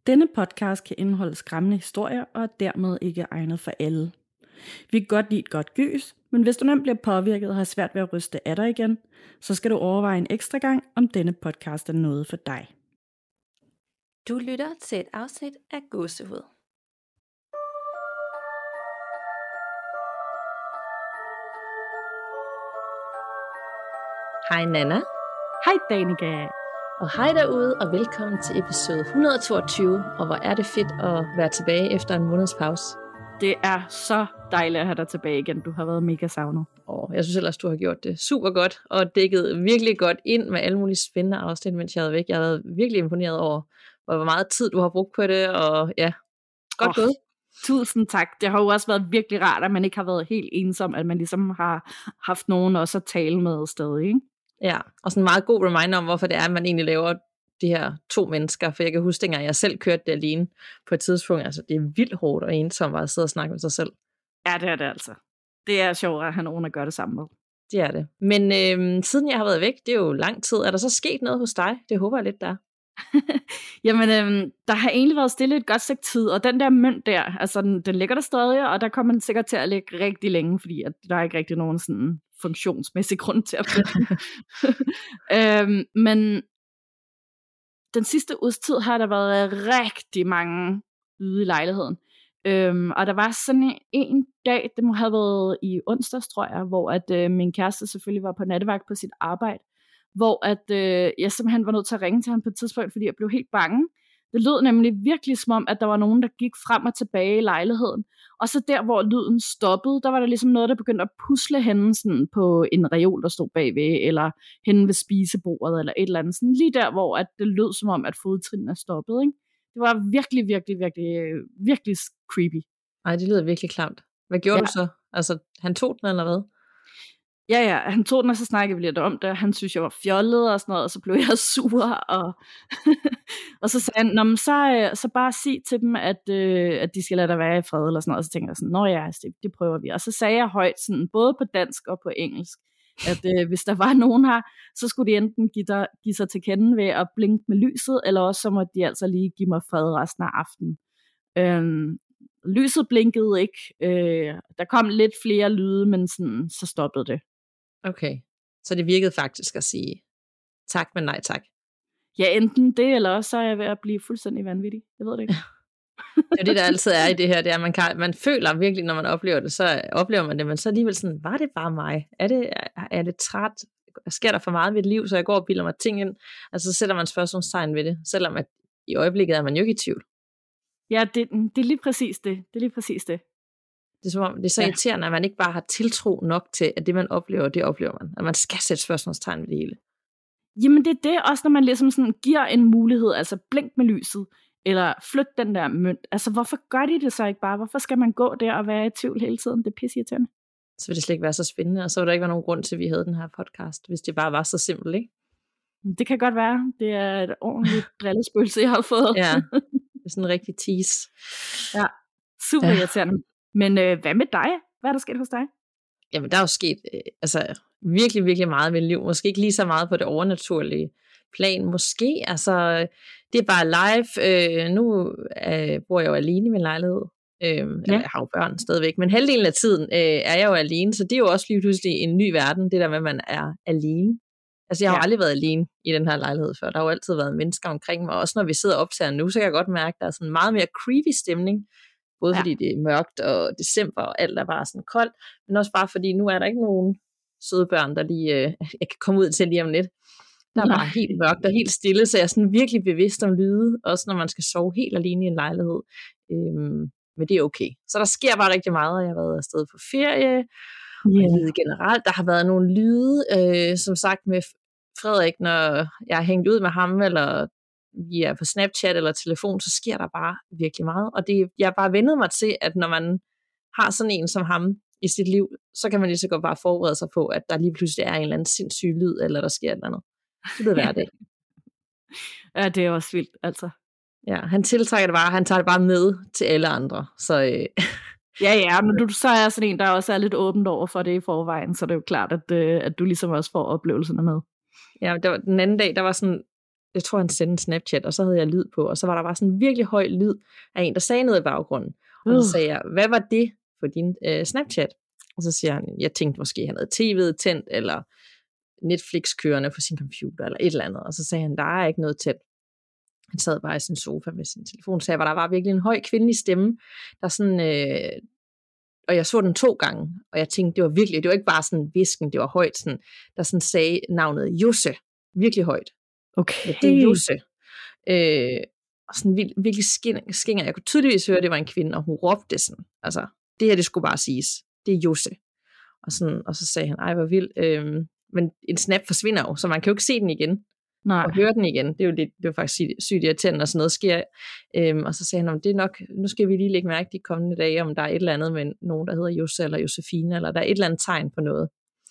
Denne podcast kan indeholde skræmmende historier og er dermed ikke egnet for alle. Vi kan godt lide et godt gys, men hvis du nemt bliver påvirket og har svært ved at ryste af dig igen, så skal du overveje en ekstra gang, om denne podcast er noget for dig. Du lytter til et afsnit af Gåsehud. Hej Nana. Hej Danika. Og hej derude, og velkommen til episode 122. Og hvor er det fedt at være tilbage efter en måneds pause. Det er så dejligt at have dig tilbage igen. Du har været mega savnet. Jeg synes ellers, du har gjort det super godt, og dækket virkelig godt ind med alle mulige spændende afsnit, mens jeg havde væk. Jeg havde virkelig imponeret over, hvor meget tid du har brugt på det, og ja, godt gået. Tusind tak. Det har jo også været virkelig rart, at man ikke har været helt ensom, at man ligesom har haft nogen også at tale med stadig, ikke? Ja, og sådan en meget god reminder om, hvorfor det er, at man egentlig laver de her to mennesker, for jeg kan huske, at jeg selv kørte det alene på et tidspunkt, altså det er vildt hårdt og ensomt at sidde og snakke med sig selv. Ja, det er det altså. Det er sjovt at have nogen at gøre det sammen med. Det er det. Men siden jeg har været væk, det er jo lang tid, er der så sket noget hos dig? Det håber jeg lidt, der. Jamen, der har egentlig været stille et godt stykke tid, og den der mønt der, altså den ligger der stadig, og der kommer den sikkert til at ligge rigtig længe, fordi at der er ikke rigtig nogen sådan funktionsmæssig grund til at flytte. Men den sidste uges tid har der været rigtig mange lyde i lejligheden. Og der var sådan en dag, det må have været i onsdags, tror jeg, hvor at min kæreste selvfølgelig var på nattevagt på sit arbejde, hvor at jeg simpelthen var nødt til at ringe til ham på et tidspunkt, fordi jeg blev helt bange. Det lød nemlig virkelig som om, at der var nogen, der gik frem og tilbage i lejligheden. Og så der, hvor lyden stoppede, der var der ligesom noget, der begyndte at pusle henne sådan på en reol, der stod bagved, eller henne ved spisebordet, eller et eller andet. Sådan lige der, hvor at det lød som om, at fodtrinene stoppede, ikke? Det var virkelig creepy. Ej, det lyder virkelig klamt. Hvad gjorde du så? Altså, han tog den, eller hvad? Ja, han tog den, og så snakkede vi lidt om det. Han synes, jeg var fjollet og sådan noget, og så blev jeg sur. Og så sagde han, så bare sig til dem, at de skal lade dig være i fred, eller sådan noget. Og så tænkte jeg sådan, nå ja, det prøver vi. Og så sagde jeg højt, sådan, både på dansk og på engelsk, at hvis der var nogen her, så skulle de enten give sig til kende ved at blinke med lyset, eller også så må de altså lige give mig fred resten af aftenen. Lyset blinkede ikke. Der kom lidt flere lyde, men sådan, så stoppede det. Okay, så det virkede faktisk at sige tak, men nej tak. Ja, enten det, eller også så er jeg ved at blive fuldstændig vanvittig. Jeg ved det ikke. Det er det, der altid er i det her, det er, at man føler virkelig, når man oplever det, så oplever man det, men så alligevel sådan, var det bare mig? Er jeg lidt træt? Sker der for meget ved mit liv, så jeg går og bilder mig ting ind? Altså, så sætter man spørgsmålstegn ved det, selvom at i øjeblikket er man jo ikke i tvivl. Ja, det er lige præcis det. Det er lige præcis det. Det er som om, det er så irriterende, at man ikke bare har tiltro nok til, at det man oplever, det oplever man. At man skal sætte spørgsmålstegn ved det hele. Jamen det er det også, når man ligesom sådan giver en mulighed, altså blink med lyset, eller flyt den der mønt. Altså hvorfor gør de det så ikke bare? Hvorfor skal man gå der og være i tvivl hele tiden? Det er pisseirriterende. Så vil det slet ikke være så spændende, og så vil der ikke være nogen grund til, at vi havde den her podcast, hvis det bare var så simpelt, ikke? Det kan godt være. Det er et ordentligt drillespølse, jeg har fået. Ja, det er sådan en rigtig tease. Ja, super irriterende. Men hvad med dig? Hvad er der sket hos dig? Jamen, der er jo sket virkelig, virkelig meget i mit liv. Måske ikke lige så meget på det overnaturlige plan. Måske, altså, det er bare live. Nu bor jeg jo alene i min lejlighed. Jeg har jo børn stadigvæk, men halvdelen af tiden er jeg jo alene, så det er jo også lige pludselig en ny verden, det der med, at man er alene. Altså, jeg har jo aldrig været alene i den her lejlighed før. Der har jo altid været mennesker omkring mig. Også når vi sidder og optager nu, så kan jeg godt mærke, at der er sådan meget mere creepy stemning. Både fordi det er mørkt, og december, og alt er bare sådan koldt, men også bare fordi, nu er der ikke nogen søde børn, der lige, jeg kan komme ud til lige om lidt. Der er bare helt mørkt og helt stille, så jeg er sådan virkelig bevidst om lyde, også når man skal sove helt alene i en lejlighed. Men det er okay. Så der sker bare rigtig meget, og jeg har været afsted på ferie, og generelt, der har været nogle lyde, som sagt med Frederik, når jeg har hængt ud med ham, eller vi er på Snapchat eller telefon, så sker der bare virkelig meget. Og jeg har bare vendet mig til, at når man har sådan en som ham i sit liv, så kan man lige så godt bare forberede sig på, at der lige pludselig er en eller anden sindssyg lyd, eller der sker et eller andet. Det er hverdag. Ja, det er også vildt, altså. Ja, han tiltrækker det bare, han tager det bare med til alle andre. Så Ja, men du så er sådan en, der også er lidt åbent over for det i forvejen, så det er jo klart, at du ligesom også får oplevelserne med. Ja, der var, den anden dag, der var sådan jeg tror han sendte en Snapchat, og så havde jeg lyd på, og så var der bare sådan en virkelig høj lyd af en, der sagde noget i baggrunden. Og så sagde jeg, hvad var det for din Snapchat? Og så siger han, jeg tænkte måske, han havde tv'et tændt, eller Netflix kørende på sin computer, eller et eller andet. Og så sagde han, der er ikke noget tændt. Han sad bare i sin sofa med sin telefon, så der var virkelig en høj kvindelig stemme, der sådan, og jeg så den 2 gange, og jeg tænkte, det var ikke bare sådan visken, det var højt, sådan, der sådan sagde navnet Josse, virkelig højt. Okay. Ja, det er Josse. Og sådan virkelig skinger. Jeg kunne tydeligvis høre, at det var en kvinde, og hun råbte sådan, altså, det her, det skulle bare siges, det er Josse. Og så sagde han, ej, hvor vildt, men en snap forsvinder jo, så man kan jo ikke se den igen. Nej. Og høre den igen. Det var faktisk sygt irriterende, når sådan noget sker. Og så sagde han, det er nok, nu skal vi lige lægge mærke de kommende dage, om der er et eller andet med nogen, der hedder Josse eller Josefine, eller der er et eller andet tegn på noget.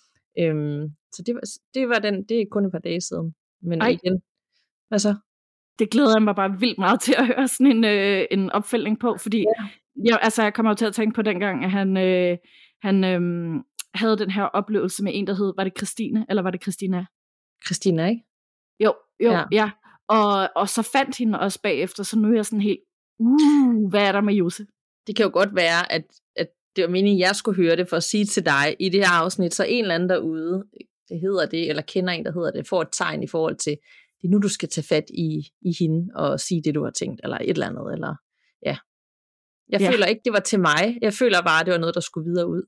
Så det er kun et par dage siden. Men igen, hvad så? Det glæder jeg mig bare vildt meget til at høre sådan en opfølgning på, fordi jeg kommer jo til at tænke på dengang, at han havde den her oplevelse med en, der hed, var det Christine, eller var det Christina? Christina, ikke? Jo, ja. Og så fandt hende også bagefter, så nu er jeg sådan helt, hvad er der med Josse? Det kan jo godt være, at det var meningen, at jeg skulle høre det, for at sige til dig, i det her afsnit, så en eller anden derude, det hedder det, eller kender en, der hedder det, får et tegn i forhold til, det er nu, du skal tage fat i hende, og sige det, du har tænkt, eller et eller andet, eller ja. Jeg føler ikke, det var til mig. Jeg føler bare, det var noget, der skulle videre ud.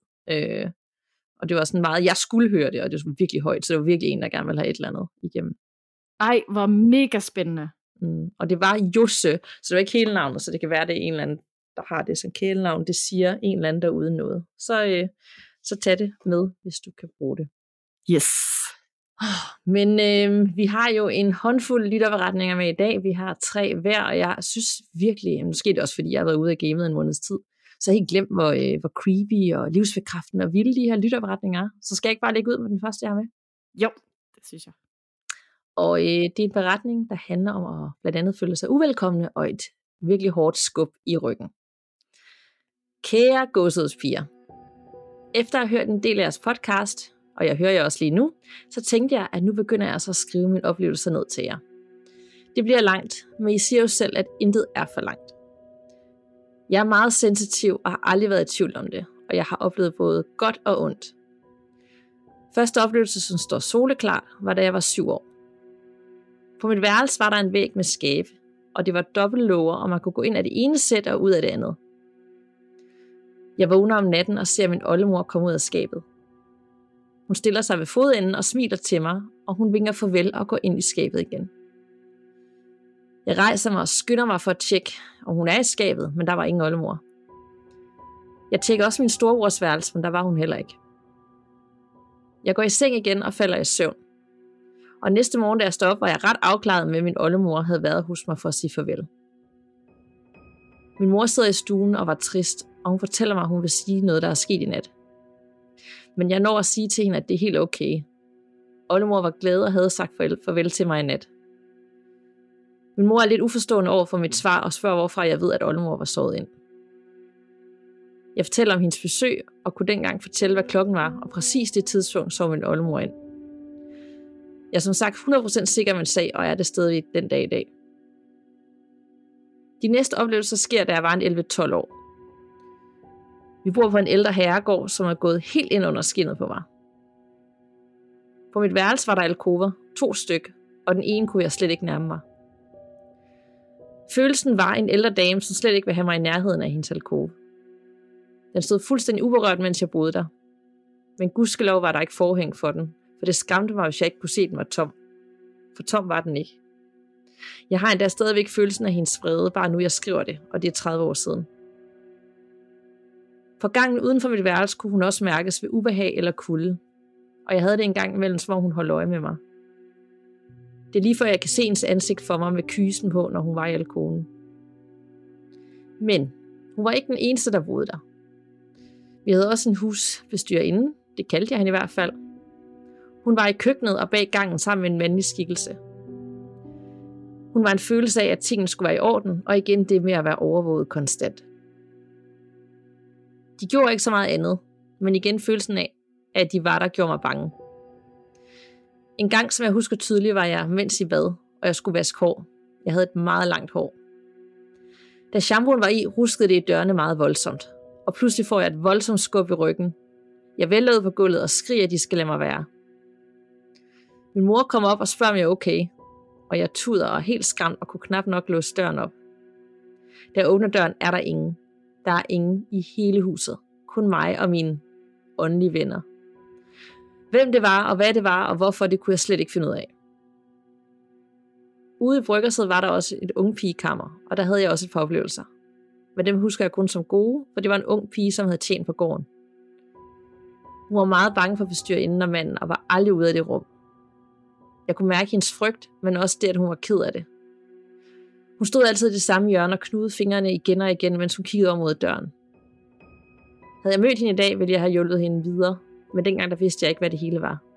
Og det var sådan meget, jeg skulle høre det, og det var virkelig højt, så det var virkelig en, der gerne ville have et eller andet igennem. Ej, hvor mega spændende. Og det var Josse, så det var ikke hele navnet, så det kan være, det er en eller anden, der har det som kælenavn, det siger en eller anden derude noget. Så tag det med, hvis du kan bruge det. Yes. Men vi har jo en håndfuld lytterberetninger med i dag. Vi har 3 hver, og jeg synes virkelig, måske det også fordi, jeg har været ude af gamet en måneds tid, så jeg har helt glemt, hvor creepy og livsbekræftende og vilde de her lytterberetninger er. Så skal jeg ikke bare lægge ud med den første, jeg har med? Jo, det synes jeg. Og det er en beretning, der handler om at blandt andet føle sig uvelkomne og et virkelig hårdt skub i ryggen. Kære gåsødspiger, efter at have hørt en del af jeres podcast, og jeg hører jer også lige nu, så tænkte jeg, at nu begynder jeg altså at skrive mine oplevelser ned til jer. Det bliver langt, men I siger jo selv, at intet er for langt. Jeg er meget sensitiv og har aldrig været i tvivl om det, og jeg har oplevet både godt og ondt. Første oplevelse, som står soleklart, var da jeg var 7 år. På mit værelse var der en væg med skabe, og det var dobbeltlåger, og man kunne gå ind af det ene sæt og ud af det andet. Jeg vågner om natten og ser min oldemor komme ud af skabet. Hun stiller sig ved fodenden og smiler til mig, og hun vinker farvel og går ind i skabet igen. Jeg rejser mig og skynder mig for at tjekke, om hun er i skabet, men der var ingen oldemor. Jeg tjekker også min storebrors værelse, men der var hun heller ikke. Jeg går i seng igen og falder i søvn. Og næste morgen, da jeg står op, var jeg ret afklaret med, at min oldemor havde været hos mig for at sige farvel. Min mor sidder i stuen og var trist, og hun fortæller mig, at hun vil sige noget, der er sket i nat. Men jeg når at sige til hende, at det er helt okay. Oldemor var glad og havde sagt farvel til mig i nat. Min mor er lidt uforstående over for mit svar og spørger, hvorfra jeg ved, at oldemor var sovet ind. Jeg fortæller om hendes besøg og kunne dengang fortælle, hvad klokken var, og præcis det tidspunkt sov min oldemor ind. Jeg er som sagt 100% sikker med min sag, og er det stadig den dag i dag. De næste oplevelser sker, da jeg var en 11-12 år. Vi bor på en ældre herregård, som er gået helt ind under skindet på mig. På mit værelse var der alkover, 2 styk, og den ene kunne jeg slet ikke nærme mig. Følelsen var en ældre dame, som slet ikke ville have mig i nærheden af hendes alkove. Den stod fuldstændig uberørt, mens jeg boede der. Men gudskelov var der ikke forhæng for den, for det skræmte mig, hvis jeg ikke kunne se, at den var tom. For tom var den ikke. Jeg har endda stadigvæk følelsen af hendes vrede, bare nu jeg skriver det, og det er 30 år siden. På gangen uden for mit værelse kunne hun også mærkes ved ubehag eller kulde, og jeg havde det en gang imellem, hvor hun holdt øje med mig. Det er lige før jeg kan se hendes ansigt for mig med kysen på, når hun var i alkoven. Men hun var ikke den eneste, der boede der. Vi havde også en husbestyrerinde, det kaldte jeg hende i hvert fald. Hun var i køkkenet og bag gangen sammen med en mandlig skikkelse. Hun var en følelse af, at tingene skulle være i orden, og igen det med at være overvåget konstant. De gjorde ikke så meget andet, men igen følelsen af, at de var der, gjorde mig bange. En gang, som jeg husker tydeligt, var jeg, mens I bad, og jeg skulle vaske hår. Jeg havde et meget langt hår. Da shampooen var i, ruskede det i dørene meget voldsomt, og pludselig får jeg et voldsomt skub i ryggen. Jeg vælter ud på gulvet og skriger, at de skal lade mig være. Min mor kommer op og spørger, om jeg er okay, og jeg tuder og er helt skræmt og kunne knap nok låse døren op. Da jeg åbner døren, er der ingen. Der er ingen i hele huset. Kun mig og mine åndelige venner. Hvem det var, og hvad det var, og hvorfor, det kunne jeg slet ikke finde ud af. Ude i bryggersædet var der også et ung pigekammer, og der havde jeg også et par oplevelser. Men dem husker jeg kun som gode, for det var en ung pige, som havde tjent på gården. Hun var meget bange for bestyrerinden og manden, og var aldrig ude af det rum. Jeg kunne mærke hendes frygt, men også det, at hun var ked af det. Hun stod altid i det samme hjørne og knudede fingrene igen og igen, mens hun kiggede over mod døren. Havde jeg mødt hende i dag, ville jeg have hjulpet hende videre, men dengang der vidste jeg ikke, hvad det hele var.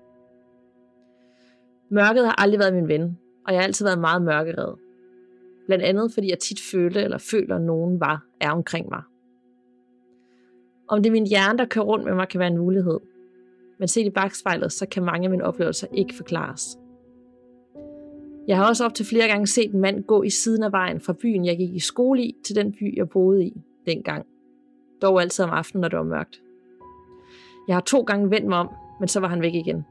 Mørket har aldrig været min ven, og jeg har altid været meget mørkeret. Blandt andet, fordi jeg tit føler, at nogen er omkring mig. Om det er min hjerne, der kører rundt med mig, kan være en mulighed. Men set i bagspejlet, så kan mange af mine oplevelser ikke forklares. Jeg har også op til flere gange set en mand gå i siden af vejen fra byen, jeg gik i skole i, til den by, jeg boede i dengang. Dog altid om aftenen, når det var mørkt. Jeg har 2 gange vendt mig om, men så var han væk igen.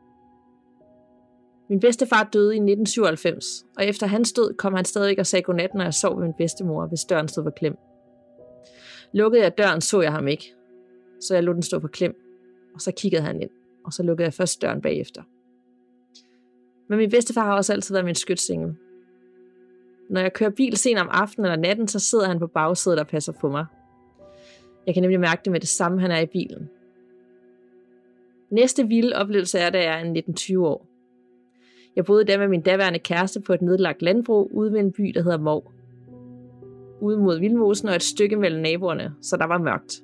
Min bedstefar døde i 1997, og efter hans død kom han stadigvæk og sagde godnat, når jeg sov med min bedstemor, hvis døren stod på klem. Lukkede jeg døren, så jeg ham ikke, så jeg lod den stå på klem, og så kiggede han ind, og så lukkede jeg først døren bagefter. Men min bedstefar har også altid været min skytsengel. Når jeg kører bil sent om aftenen eller natten, så sidder han på bagsædet og passer på mig. Jeg kan nemlig mærke det med det samme, han er i bilen. Næste vilde oplevelse er, da jeg er 19-20 år. Jeg boede der med min daværende kæreste på et nedlagt landbrug ude ved en by, der hedder Mov. Ude mod Vildmosen og et stykke mellem naboerne, så der var mørkt.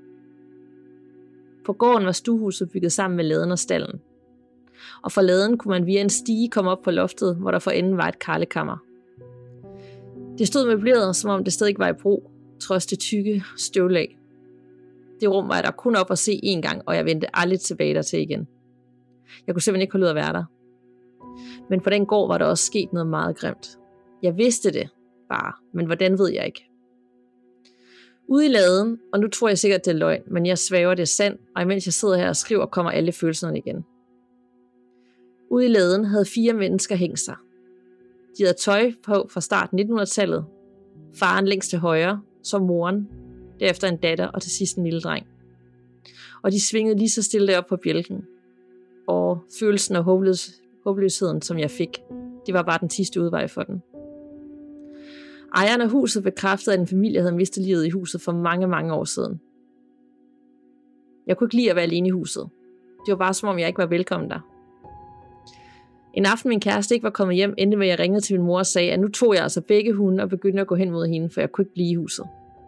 På gården var stuehuset bygget sammen med laden og stallen. Og fra laden kunne man via en stige komme op på loftet, hvor der for enden var et karlekammer. Det stod møbleret, som om det stadig ikke var i brug, trods det tykke støvlag. Det rum var jeg der kun op at se 1 gang, og jeg vendte aldrig tilbage dertil igen. Jeg kunne simpelthen ikke holde ud at være der. Men på den gård var der også sket noget meget grimt. Jeg vidste det bare, men hvordan ved jeg ikke. Ude i laden, og nu tror jeg sikkert, det er løgn, men jeg svæver, det er sandt, og imens jeg sidder her og skriver, kommer alle følelserne igen. Ude i laden havde 4 mennesker hængt sig. De havde tøj på fra starten 1900-tallet. Faren længst til højre, så moren, derefter en datter og til sidst en lille dreng. Og de svingede lige så stille op på bjælken. Og følelsen af håbløsheden, som jeg fik, det var bare den sidste udvej for den. Ejeren af huset bekræftede, at en familie havde mistet livet i huset for mange, mange år siden. Jeg kunne ikke lide at være alene i huset. Det var bare som om, jeg ikke var velkommen der. En aften min kæreste ikke var kommet hjem, endte med at jeg ringede til min mor og sagde, at nu tog jeg altså begge hunde og begyndte at gå hen mod hende, for jeg kunne ikke blive i huset.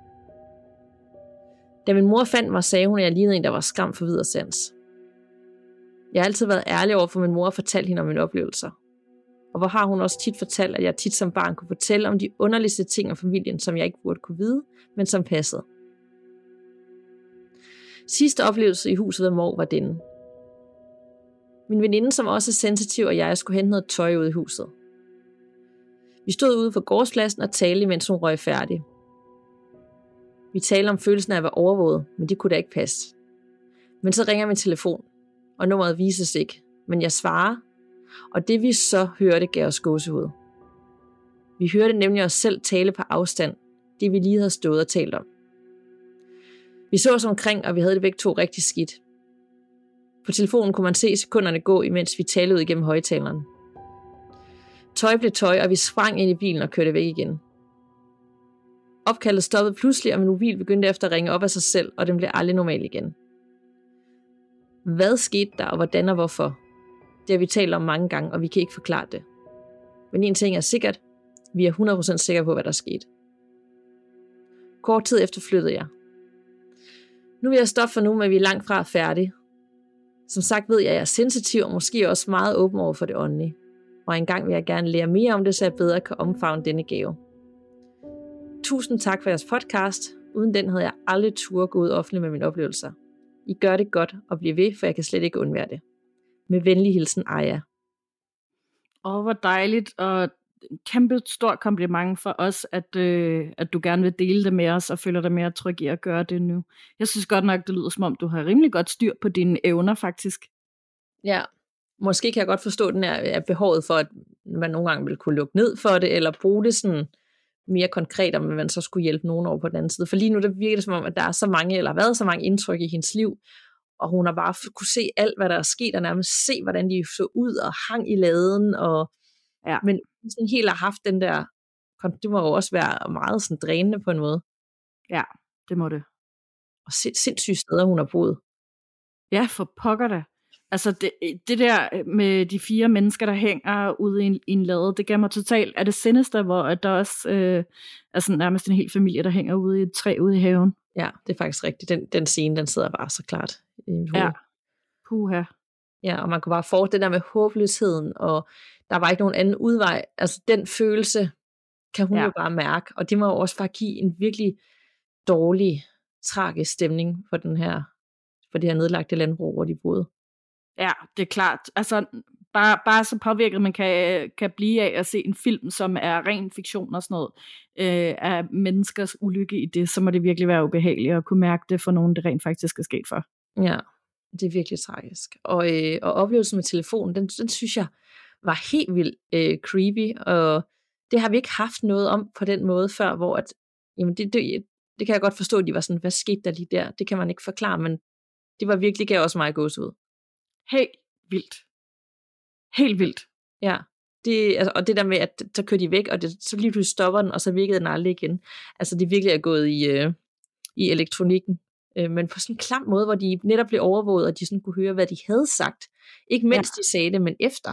Da min mor fandt mig, sagde hun, at jeg lignede en, der var skræmt for videre sans. Jeg har altid været ærlig over for min mor og fortalt hende om mine oplevelser. Og hvor har hun også tit fortalt, at jeg tit som barn kunne fortælle om de underligste ting om familien, som jeg ikke burde kunne vide, men som passede. Sidste oplevelse i huset ved Mor var denne. Min veninde, som også er sensitiv, og jeg skulle hente noget tøj ud i huset. Vi stod ude på gårdspladsen og talte, mens hun røg færdig. Vi talte om følelsen af at være overvåget, men det kunne da ikke passe. Men så ringer min telefon, og nummeret vises ikke, men jeg svarer, og det vi så hørte gav os gåsehud. Vi hørte nemlig os selv tale på afstand, det vi lige havde stået og talt om. Vi så os omkring, og vi havde det begge 2 rigtig skidt. På telefonen kunne man se sekunderne gå, imens vi talte ud igennem højtaleren. Tøj blev tøj, og vi sprang ind i bilen og kørte væk igen. Opkaldet stoppede pludselig, og min mobil begyndte efter at ringe op af sig selv, og den blev aldrig normal igen. Hvad skete der, og hvordan og hvorfor? Det har vi talt om mange gange, og vi kan ikke forklare det. Men en ting er sikkert, vi er 100% sikre på, hvad der skete. Kort tid efter flyttede jeg. Nu vil jeg stoppe for nu, men vi er langt fra færdige. Som sagt ved jeg, at jeg er sensitiv og måske også meget åben over for det åndelige. Og engang vil jeg gerne lære mere om det, så jeg bedre kan omfavne denne gave. Tusind tak for jeres podcast. Uden den havde jeg aldrig turde gå ud offentligt med mine oplevelser. I gør det godt og bliv ved, for jeg kan slet ikke undvære det. Med venlig hilsen, Aya. Hvor dejligt, og en kæmpe stor kompliment for os, at du gerne vil dele det med os, og føler dig mere tryg i at gøre det nu. Jeg synes godt nok, det lyder som om, du har rimelig godt styr på dine evner, faktisk. Ja, måske kan jeg godt forstå den her behovet for, at man nogle gange vil kunne lukke ned for det, eller bruge det sådan mere konkret, om man så skulle hjælpe nogen over på den anden side. For lige nu, der virker det som om, at der er så mange, eller har været så mange indtryk i hendes liv, og hun har bare kunne se alt, hvad der er sket, og nærmest se, hvordan de så ud og hang i laden, og Ja. Men sådan helt har haft den der, det må jo også være meget sådan drænende på en måde. Ja, det må det. Og sindssyge steder, hun har boet. Ja, for pokker da. Altså det der med de 4 mennesker, der hænger ude i en lade, det gav mig totalt. Er det Sinister, hvor der også er sådan nærmest en hel familie, der hænger ude i et træ ude i haven? Ja, det er faktisk rigtigt. Den scene, den sidder bare så klart i mit hoved. Ja, puha. Ja, og man kunne bare få det der med håbløsheden, og der var ikke nogen anden udvej. Altså den følelse kan hun jo bare mærke, og det må jo også bare give en virkelig dårlig, tragisk stemning for det her nedlagte landbrug, hvor de boede. Ja, det er klart. Altså bare så påvirket man kan blive af at se en film, som er ren fiktion og sådan noget, af menneskers ulykke i det, så må det virkelig være ubehageligt at kunne mærke det for nogen, det rent faktisk er sket for. Ja, det er virkelig tragisk. Og oplevelsen med telefonen, den synes jeg var helt vildt creepy, og det har vi ikke haft noget om på den måde før, hvor at, jamen det kan jeg godt forstå, at de var sådan, hvad skete der lige der? Det kan man ikke forklare, men det var virkelig, gav også meget gåsehud. Helt vildt. Helt vildt. Ja, og det der med, at så kører de væk, og så lige pludselig stopper den, og så virkede den aldrig igen. Altså det virkelig er gået i elektronikken. Men på sådan en klam måde, hvor de netop blev overvåget, og de sådan kunne høre, hvad de havde sagt. Ikke mens de sagde det, men efter.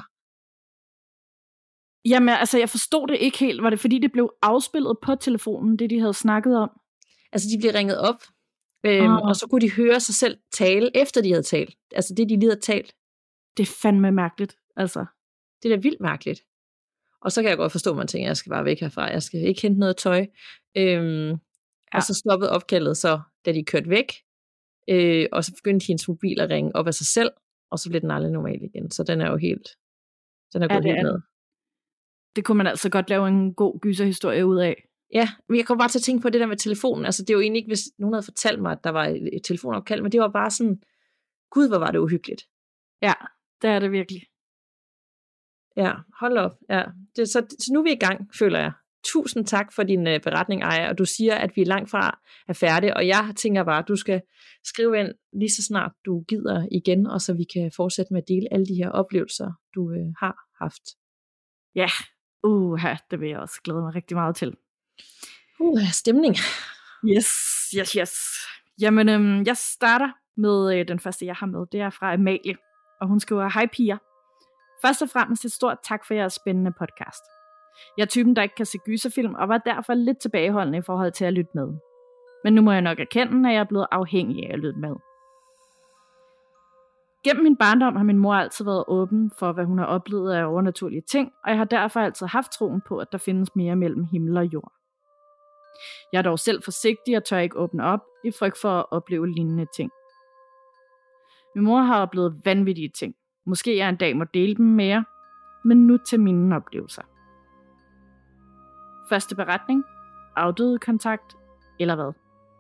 Jamen, altså jeg forstod det ikke helt. Var det fordi, det blev afspillet på telefonen, det de havde snakket om? Altså de blev ringet op, og så kunne de høre sig selv tale, efter de havde talt. Altså det, de lige havde talt. Det er fandme mærkeligt, altså. Det er da vildt mærkeligt. Og så kan jeg godt forstå, at man tænker, jeg skal bare væk herfra. Jeg skal ikke hente noget tøj. Og så stoppede opkaldet så, da de kørte væk. Og så begyndte hendes mobil at ringe op af sig selv, og så blev den aldrig normal igen. Så den er jo helt, den er gået helt ned. Det kunne man altså godt lave en god gyserhistorie ud af. Ja, men jeg kommer bare til at tænke på det der med telefonen. Altså det er jo egentlig ikke, hvis nogen havde fortalt mig, at der var et telefonopkald, men det var bare sådan, gud, hvor var det uhyggeligt. Ja, det er det virkelig. Ja, hold op. Ja. Så nu er vi i gang, føler jeg. Tusind tak for din beretning, Aya, og du siger, at vi langt fra er færdige, og jeg tænker bare, at du skal skrive ind lige så snart du gider igen, og så vi kan fortsætte med at dele alle de her oplevelser, du har haft. Ja, det vil jeg også glæde mig rigtig meget til. Stemning. Yes. Jamen, jeg starter med den første, jeg har med. Det er fra Amalie, og hun skriver, hej piger. Først og fremmest et stort tak for jeres spændende podcast. Jeg er typen, der ikke kan se gyserfilm, og var derfor lidt tilbageholdende i forhold til at lytte med. Men nu må jeg nok erkende, at jeg er blevet afhængig af at lytte med. Gennem min barndom har min mor altid været åben for, hvad hun har oplevet af overnaturlige ting, og jeg har derfor altid haft troen på, at der findes mere mellem himmel og jord. Jeg er dog selv forsigtig og tør ikke åbne op, i frygt for at opleve lignende ting. Min mor har oplevet vanvittige ting. Måske jeg en dag må dele dem med jer, men nu til mine oplevelser. Første beretning. Afdøde kontakt, eller hvad?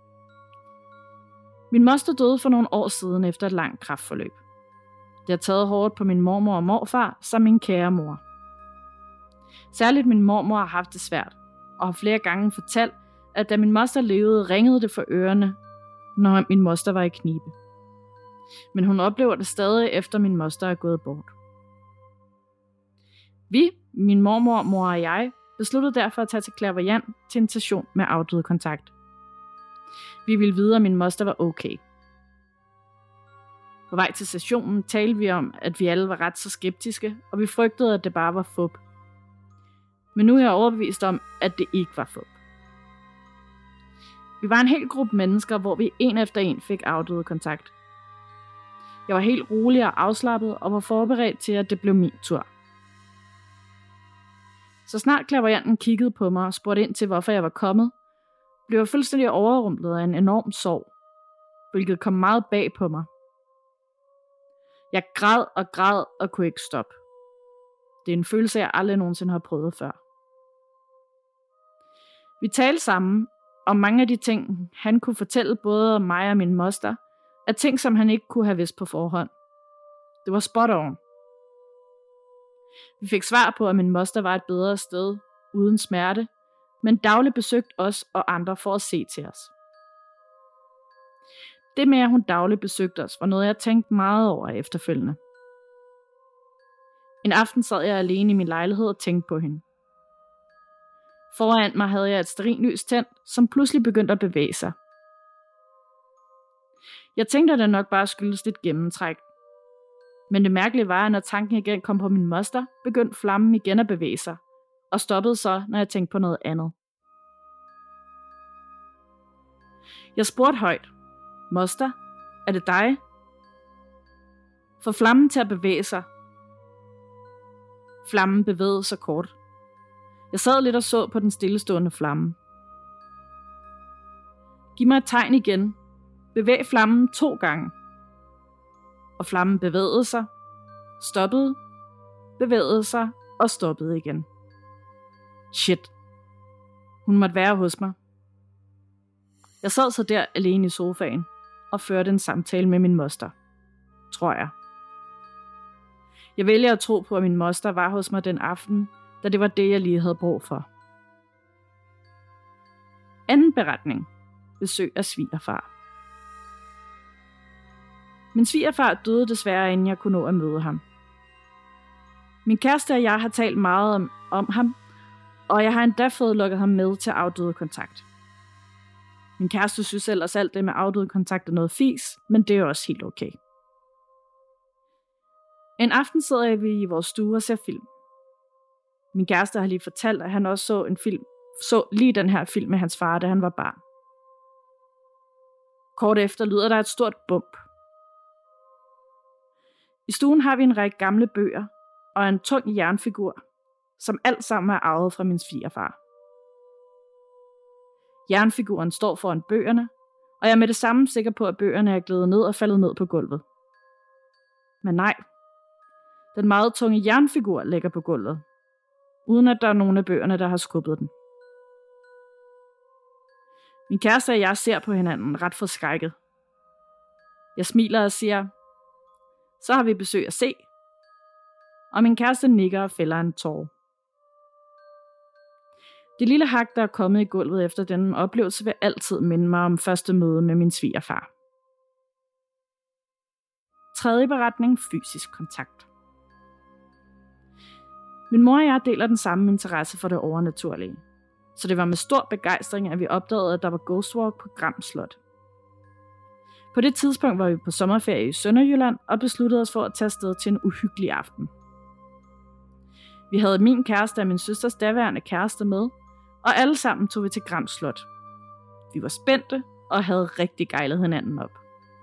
Min moster døde for nogle år siden efter et langt kræftforløb. Det har taget hårdt på min mormor og morfar, samt min kære mor. Særligt min mormor har haft det svært, og har flere gange fortalt, at da min moster levede, ringede det for ørerne, når min moster var i knibe. Men hun oplever det stadig, efter min moster er gået bort. Vi, min mormor, mor og jeg, besluttede derfor at tage til Clairvoyant til en station med afdøde kontakt. Vi ville vide, at min moster var okay. På vej til stationen talte vi om, at vi alle var ret så skeptiske, og vi frygtede, at det bare var fup. Men nu er jeg overbevist om, at det ikke var fup. Vi var en hel gruppe mennesker, hvor vi en efter en fik afdøde kontakt. Jeg var helt rolig og afslappet, og var forberedt til, at det blev min tur. Så snart clairvoyanten kiggede på mig og spurgte ind til, hvorfor jeg var kommet, blev jeg fuldstændig overrumplet af en enorm sorg, hvilket kom meget bag på mig. Jeg græd og kunne ikke stoppe. Det er en følelse, jeg aldrig nogensinde har prøvet før. Vi talte sammen om mange af de ting, han kunne fortælle både om mig og min moster, af ting, som han ikke kunne have vidst på forhånd. Det var spot on. Vi fik svar på, at min moster var et bedre sted, uden smerte, men dagligt besøgte os og andre for at se til os. Det med, at hun dagligt besøgte os, var noget, jeg tænkte meget over efterfølgende. En aften sad jeg alene i min lejlighed og tænkte på hende. Foran mig havde jeg et stearinlys tændt, som pludselig begyndte at bevæge sig. Jeg tænkte, at det nok bare skyldes lidt gennemtræk. Men det mærkelige var, at når tanken igen kom på min moster, begyndte flammen igen at bevæge sig, og stoppede så, når jeg tænkte på noget andet. Jeg spurgte højt, moster, er det dig? Få flammen til at bevæge sig. Flammen bevægede sig kort. Jeg sad lidt og så på den stillestående flamme. Giv mig et tegn igen. Bevæg flammen 2 gange. Og flammen bevægede sig, stoppede, bevægede sig og stoppede igen. Shit. Hun måtte være hos mig. Jeg sad så der alene i sofaen og førte en samtale med min moster. Tror jeg. Jeg vælger at tro på, at min moster var hos mig den aften, da det var det, jeg lige havde brug for. Anden beretning. Besøg af svigerfar. Min svigerfar døde desværre, inden jeg kunne nå at møde ham. Min kæreste og jeg har talt meget om ham, og jeg har endda fået lukket ham med til afdøde kontakt. Min kæreste synes ellers alt det med afdøde kontakt er noget fis, men det er også helt okay. En aften sidder vi i vores stue og ser film. Min kæreste har lige fortalt, at han også så lige den her film med hans far, da han var barn. Kort efter lyder der et stort bump. I stuen har vi en række gamle bøger og en tung jernfigur, som alt sammen er arvet fra min svigerfar. Jernfiguren står foran bøgerne, og jeg er med det samme sikker på, at bøgerne er glædet ned og faldet ned på gulvet. Men nej, den meget tunge jernfigur ligger på gulvet, uden at der er nogen af bøgerne, der har skubbet den. Min kæreste og jeg ser på hinanden ret forskrækket. Jeg smiler og siger, så har vi besøg at se, og min kæreste nikker og fælder en tåre. Det lille hak, der er kommet i gulvet efter denne oplevelse, vil altid minde mig om første møde med min svigerfar. Tredje beretning, fysisk kontakt. Min mor og jeg deler den samme interesse for det overnaturlige, så det var med stor begejstring, at vi opdagede, at der var ghostwalk på Gram Slot. På det tidspunkt var vi på sommerferie i Sønderjylland og besluttede os for at tage afsted til en uhyggelig aften. Vi havde min kæreste og min søsters daværende kæreste med, og alle sammen tog vi til Gram Slot. Vi var spændte og havde rigtig gejlet hinanden op.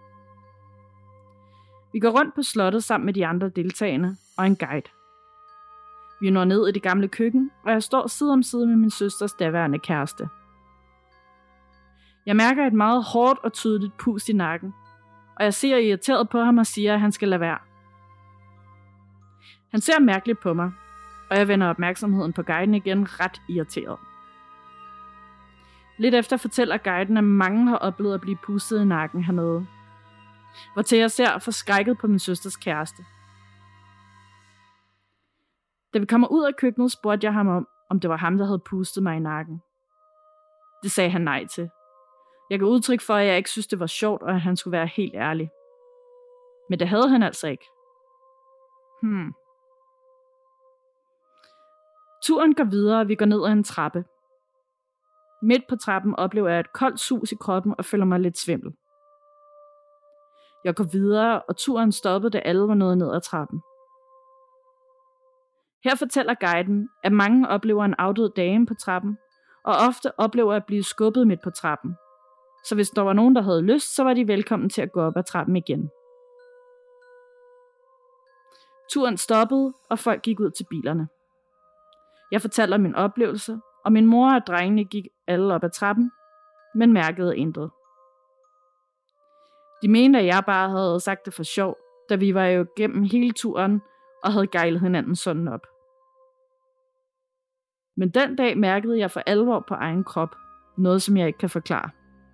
Vi går rundt på slottet sammen med de andre deltagende og en guide. Vi når ned i det gamle køkken, og jeg står side om side med min søsters daværende kæreste. Jeg mærker et meget hårdt og tydeligt pust i nakken, og jeg ser irriteret på ham og siger, at han skal lade være. Han ser mærkeligt på mig, og jeg vender opmærksomheden på guiden igen ret irriteret. Lidt efter fortæller guiden, at mange har oplevet at blive pustet i nakken hernede, hvortil jeg ser forskrækket på min søsters kæreste. Da vi kommer ud af køkkenet, spurgte jeg ham om det var ham, der havde pustet mig i nakken. Det sagde han nej til. Jeg gav udtryk for, at jeg ikke synes, det var sjovt, og at han skulle være helt ærlig. Men det havde han altså ikke. Turen går videre, og vi går ned ad en trappe. Midt på trappen oplever jeg et koldt sus i kroppen og føler mig lidt svimmel. Jeg går videre, og turen stoppede, da alle var nået ned ad trappen. Her fortæller guiden, at mange oplever en afdød dame på trappen, og ofte oplever at blive skubbet midt på trappen. Så hvis der var nogen, der havde lyst, så var de velkommen til at gå op ad trappen igen. Turen stoppede, og folk gik ud til bilerne. Jeg fortæller min oplevelse, og min mor og drengene gik alle op ad trappen, men mærkede intet. De mente, at jeg bare havde sagt det for sjov, da vi var jo gennem hele turen og havde gejlet hinanden sådan op. Men den dag mærkede jeg for alvor på egen krop noget, som jeg ikke kan forklare.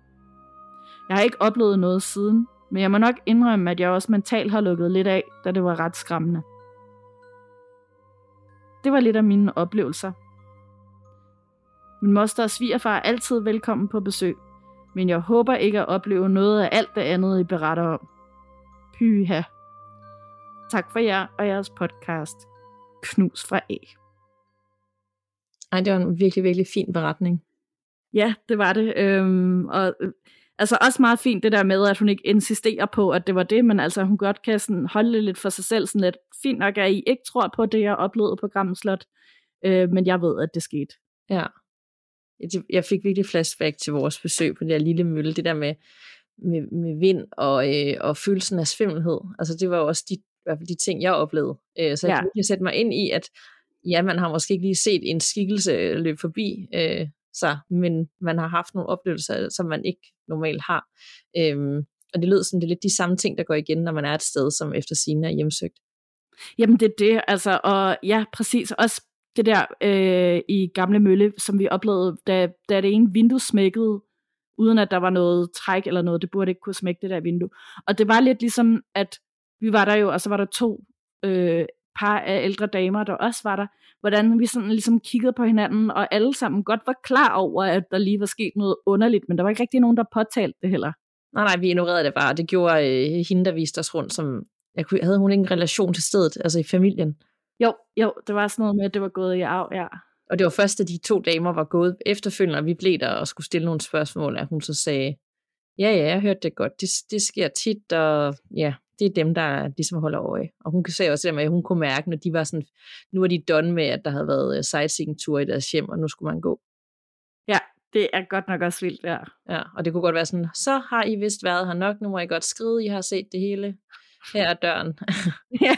Jeg har ikke oplevet noget siden, men jeg må nok indrømme, at jeg også mentalt har lukket lidt af, da det var ret skræmmende. Det var lidt af mine oplevelser. Min moster og svigerfar er altid velkommen på besøg, men jeg håber ikke at opleve noget af alt det andet, I beretter om. Pyha. Tak for jer og jeres podcast. Knus fra A. Ej, det var en virkelig, virkelig fin beretning. Ja, det var det. Altså også meget fint det der med, at hun ikke insisterer på, at det var det, men altså hun godt kan sådan holde det lidt for sig selv, sådan lidt fint nok, at I ikke tror på det, jeg oplevede på Gammel Slot, men jeg ved, at det skete. Ja. Jeg fik virkelig flashback til vores besøg på det der lille mølle, det der med vind og følelsen af svimmelhed. Altså det var jo også i hvert fald de ting, jeg oplevede. Så jeg kan virkelig sætte mig ind i, at ja, man har måske ikke lige set en skikkelse løbe forbi sig, men man har haft nogle oplevelser, som man ikke normalt har. Og det lød sådan, det er lidt de samme ting, der går igen, når man er et sted, som efter sigende er hjemsøgt. Jamen det er det, altså, og ja, præcis, også det der i Gamle Mølle, som vi oplevede, da det ene vindue smækkede, uden at der var noget træk eller noget, det burde ikke kunne smække det der vindue. Og det var lidt ligesom, at vi var der jo, og så var der 2 par af ældre damer, der også var der, hvordan vi sådan ligesom kiggede på hinanden, og alle sammen godt var klar over, at der lige var sket noget underligt, men der var ikke rigtig nogen, der påtalte det heller. Nej, vi ignorerede det bare. Det gjorde hende, der viste os rundt, som havde hun ikke en relation til stedet, altså i familien? Jo, det var sådan noget med, at det var gået i arv, ja. Og det var først, da de 2 damer var gået efterfølgende, og vi blev der og skulle stille nogle spørgsmål, at hun så sagde, ja, jeg hørte det godt, det sker tit, og ja, det er dem, der ligesom holder øje. Og hun sagde også, at hun kunne mærke, når de var sådan, nu er de done med, at der havde været sightseeing-tur i deres hjem, og nu skulle man gå. Ja, det er godt nok også vildt, ja. Ja, og det kunne godt være sådan, så har I vist været her nok, nu må I godt skride, I har set det hele. Her er døren. Ja.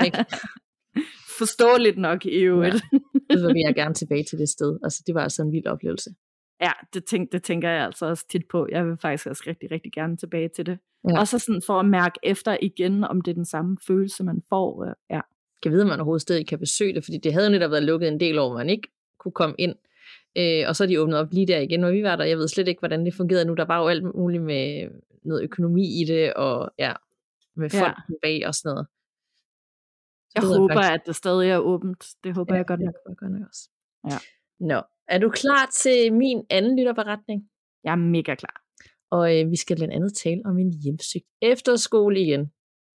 Forståeligt nok i øvrigt. Ja. Så vil jeg gerne tilbage til det sted. Altså, det var altså en vild oplevelse. Ja, det tænker jeg altså også tit på. Jeg vil faktisk også rigtig, rigtig gerne tilbage til det. Ja. Også sådan for at mærke efter igen, om det er den samme følelse, man får. Ja. Jeg ved, at man overhovedet stadig kan besøge det, fordi det havde netop været lukket en del år, man ikke kunne komme ind. Og så er de åbnet op lige der igen, når vi var der. Jeg ved slet ikke, hvordan det fungerede nu. Der var jo alt muligt med noget økonomi i det, og ja, med fonden bag og sådan noget. Jeg håber, at det stadig er åbent. Det håber jeg godt nok. Det gør jeg også. Ja. Nå, er du klar til min anden lytterberetning? Jeg er mega klar. Og vi skal blandt andet tale om en hjemsøgt efterskole igen.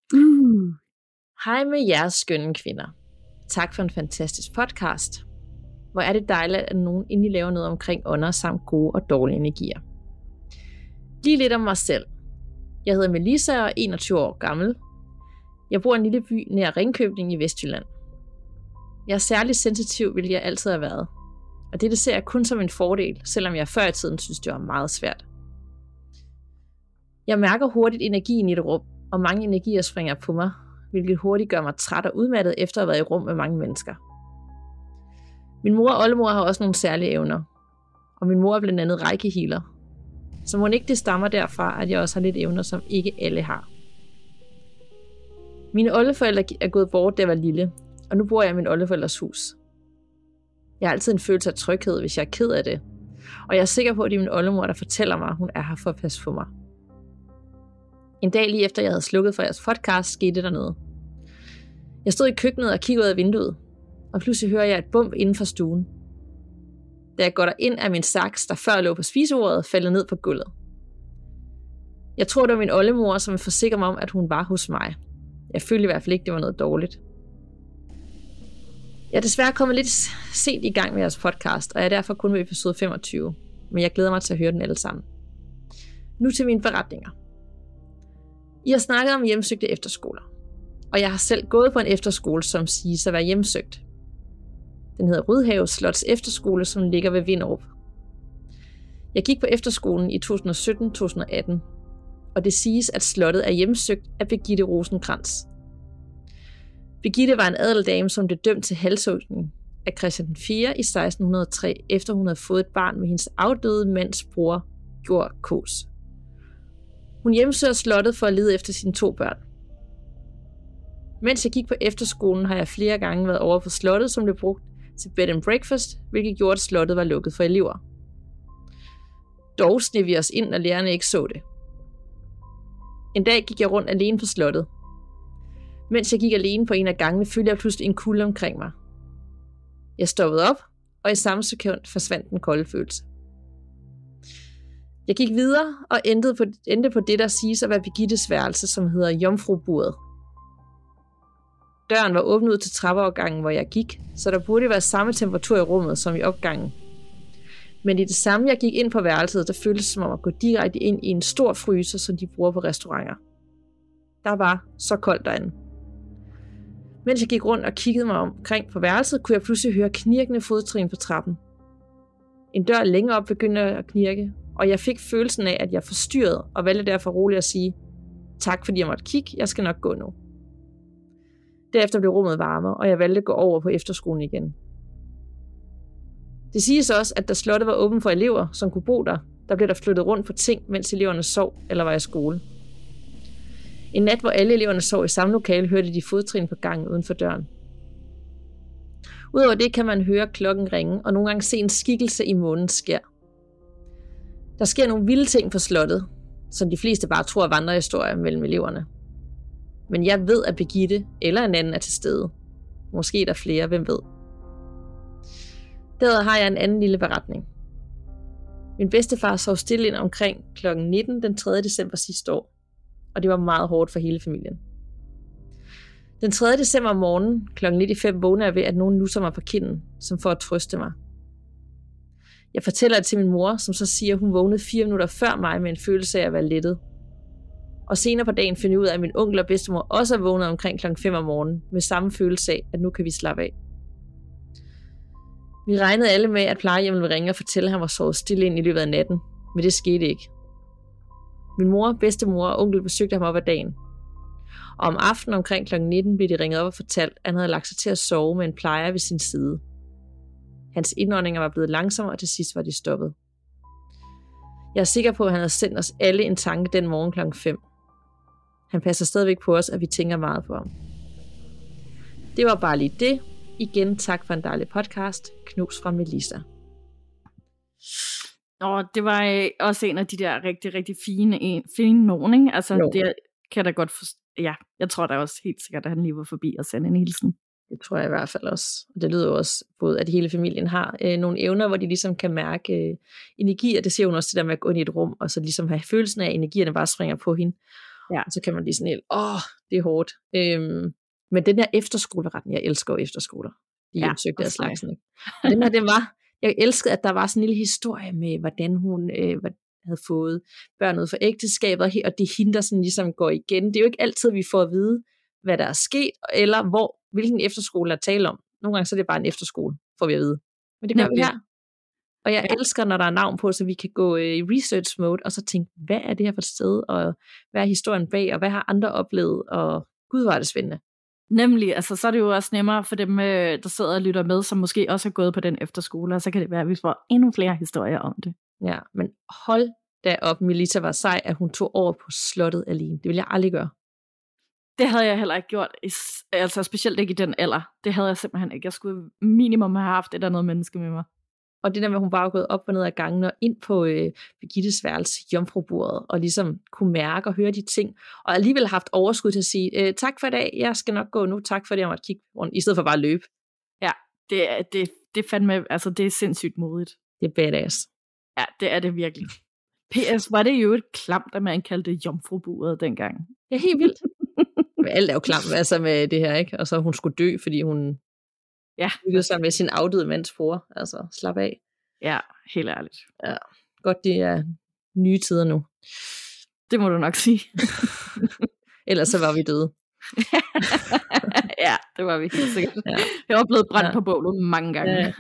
Hej med jeres skønne kvinder. Tak for en fantastisk podcast. Hvor er det dejligt, at nogen endelig laver noget omkring ånder samt gode og dårlige energier. Lige lidt om mig selv. Jeg hedder Melissa og er 21 år gammel. Jeg bor i en lille by nær Ringkøbing i Vestjylland. Jeg er særligt sensitiv, hvilket jeg altid har været. Og det ser jeg kun som en fordel, selvom jeg før i tiden synes, det var meget svært. Jeg mærker hurtigt energien i et rum, og mange energier springer på mig, hvilket hurtigt gør mig træt og udmattet efter at have været i rum med mange mennesker. Min mor og oldemor har også nogle særlige evner, og min mor er blandt andet rækkehealer. Så må ikke det stammer derfra, at jeg også har lidt evner, som ikke alle har. Mine oldeforældre er gået bort, da jeg var lille, og nu bor jeg i min oldeforældres hus. Jeg har altid en følelse af tryghed, hvis jeg er ked af det, og jeg er sikker på, at det er min oldemor, der fortæller mig, at hun er her for at passe på mig. En dag lige efter jeg havde slukket for jeres podcast, skete der noget. Jeg stod i køkkenet og kiggede ud af vinduet, og pludselig hører jeg et bump inden for stuen. Da jeg går derind, er min saks, der før lå på spisebordet, faldet ned på gulvet. Jeg tror, det var min oldemor, som forsikrer mig om, at hun var hos mig. Jeg følte i hvert fald ikke, det var noget dårligt. Jeg er desværre kommet lidt sent i gang med jeres podcast, og jeg er derfor kun ved episode 25, men jeg glæder mig til at høre den alle sammen. Nu til mine beretninger. I har snakket om hjemsøgte efterskoler, og jeg har selv gået på en efterskole, som siges at være hjemsøgt. Den hedder Rydhave Slots Efterskole, som ligger ved Vinderup. Jeg gik på efterskolen i 2017-2018, og det siges, at slottet er hjemsøgt af Birgitte Rosenkrantz. Birgitte var en adeldame, som blev dømt til halshugning af Christian 4 i 1603, efter hun havde fået et barn med hendes afdøde mands bror, Gjord Kås. Hun hjemsøger slottet for at lede efter sine 2 børn. Mens jeg gik på efterskolen, har jeg flere gange været over på slottet, som blev brugt til bed and breakfast, hvilket gjorde, at slottet var lukket for elever. Dog sneg vi os ind, når lærerne ikke så det. En dag gik jeg rundt alene på slottet. Mens jeg gik alene på en af gangene, følte jeg pludselig en kulde omkring mig. Jeg stoppede op, og i samme sekund forsvandt den kolde følelse. Jeg gik videre og endte på det, der siges at være Birgittes værelse, som hedder jomfruburet. Døren var åbnet ud til trappeopgangen, hvor jeg gik, så der burde være samme temperatur i rummet som i opgangen. Men i det samme, jeg gik ind på værelset, der føltes som om at gå direkte ind i en stor fryser, som de bruger på restauranter. Der var så koldt derinde. Mens jeg gik rundt og kiggede mig omkring på værelset, kunne jeg pludselig høre knirkende fodtrin på trappen. En dør længere op begyndte at knirke, og jeg fik følelsen af, at jeg forstyrrede, og valgte derfor roligt at sige, tak fordi jeg måtte kigge, jeg skal nok gå nu. Derefter blev rummet varmere, og jeg valgte at gå over på efterskolen igen. Det siges også, at da slottet var åbent for elever, som kunne bo der blev der flyttet rundt på ting, mens eleverne sov eller var i skole. En nat, hvor alle eleverne sov i samme lokale, hørte de fodtrin på gangen uden for døren. Udover det kan man høre klokken ringe, og nogle gange se en skikkelse i månens skær. Der sker nogle vilde ting på slottet, som de fleste bare tror er vandrehistorier mellem eleverne. Men jeg ved, at Birgitte eller en anden er til stede. Måske er der flere, hvem ved. Derudover har jeg en anden lille beretning. Min bedstefar sov stille ind omkring kl. 19 den 3. december sidste år, og det var meget hårdt for hele familien. Den 3. december om morgenen kl. 9:05 vågner jeg ved, at nogen nusser mig på kinden, som for at trøste mig. Jeg fortæller det til min mor, som så siger, at hun vågnede 4 minutter før mig med en følelse af at være lettet. Og senere på dagen finder jeg ud af, at min onkel og bedstemor også er vågnet omkring kl. 5 om morgenen, med samme følelse af, at nu kan vi slappe af. Vi regnede alle med, at plejehjemmet ville ringe og fortælle, at han var sovet stille ind i løbet af natten, men det skete ikke. Min mor, bedstemor og onkel besøgte ham op ad dagen. Og om aftenen omkring kl. 19 blev de ringet op og fortalt, at han havde lagt sig til at sove med en plejer ved sin side. Hans indåndinger var blevet langsommere, og til sidst var de stoppet. Jeg er sikker på, at han havde sendt os alle en tanke den morgen kl. 5. Han passer stadigvæk på os, at vi tænker meget på ham. Det var bare lige det. Igen tak for en dejlig podcast. Knus fra Melissa. Det var også en af de der rigtig, rigtig fine nogen, ikke? Altså, jo. Det kan da godt ja, jeg tror da også helt sikkert, at han lige var forbi og sendte en hilsen. Det tror jeg i hvert fald også. Det lyder også både, at hele familien har nogle evner, hvor de ligesom kan mærke energier. Det siger hun også, det der med at gå ind i et rum, og så ligesom have følelsen af, at energierne bare springer på hende. Ja. Og så kan man lige sådan helt, det er hårdt. Men den der efterskoleretten, jeg elsker jo efterskoler. De hjemsøgte af slagsen. Den her, jeg elskede, at der var sådan en lille historie med, hvordan hun havde fået børn ud for ægteskabet, og det er hende, der sådan ligesom går igen. Det er jo ikke altid, vi får at vide, hvad der er sket, eller hvilken efterskole der er tale om. Nogle gange så er det bare en efterskole, får vi at vide. Men det gør vi her. Og jeg elsker, når der er navn på, så vi kan gå i research mode, og så tænke, hvad er det her for et sted, og hvad er historien bag, og hvad har andre oplevet, og gud, hvor er det spændende. Nemlig, altså så er det jo også nemmere for dem, der sidder og lytter med, som måske også har gået på den efterskole, og så kan det være, at vi får endnu flere historier om det. Ja, men hold da op, Melissa var sej, at hun tog over på slottet alene. Det ville jeg aldrig gøre. Det havde jeg heller ikke gjort, altså specielt ikke i den alder. Det havde jeg simpelthen ikke. Jeg skulle minimum have haft et andet menneske med mig. Og det der med, at hun bare var gået op og ned ad gangen og ind på Birgittes værelse, jomfrubordet, og ligesom kunne mærke og høre de ting, og alligevel haft overskud til at sige, tak for i dag, jeg skal nok gå nu, tak for det, jeg måtte kigge rundt, i stedet for bare at løbe. Ja, det fandme, altså det er sindssygt modigt. Det er badass. Ja, det er det virkelig. PS, var det jo et klamt, at man kaldte det jomfrubordet dengang? Ja, helt vildt. Men alt er jo klamt, altså med det her, ikke? Og så hun skulle dø, fordi hun byggede sig med sin afdøde mands bror. Altså, slap af. Ja, helt ærligt. Ja, godt det er nye tider nu. Det må du nok sige. Ellers så var vi døde. Ja, det var vi helt sikkert. Ja. Jeg var blevet brændt på bålet mange gange. Ja.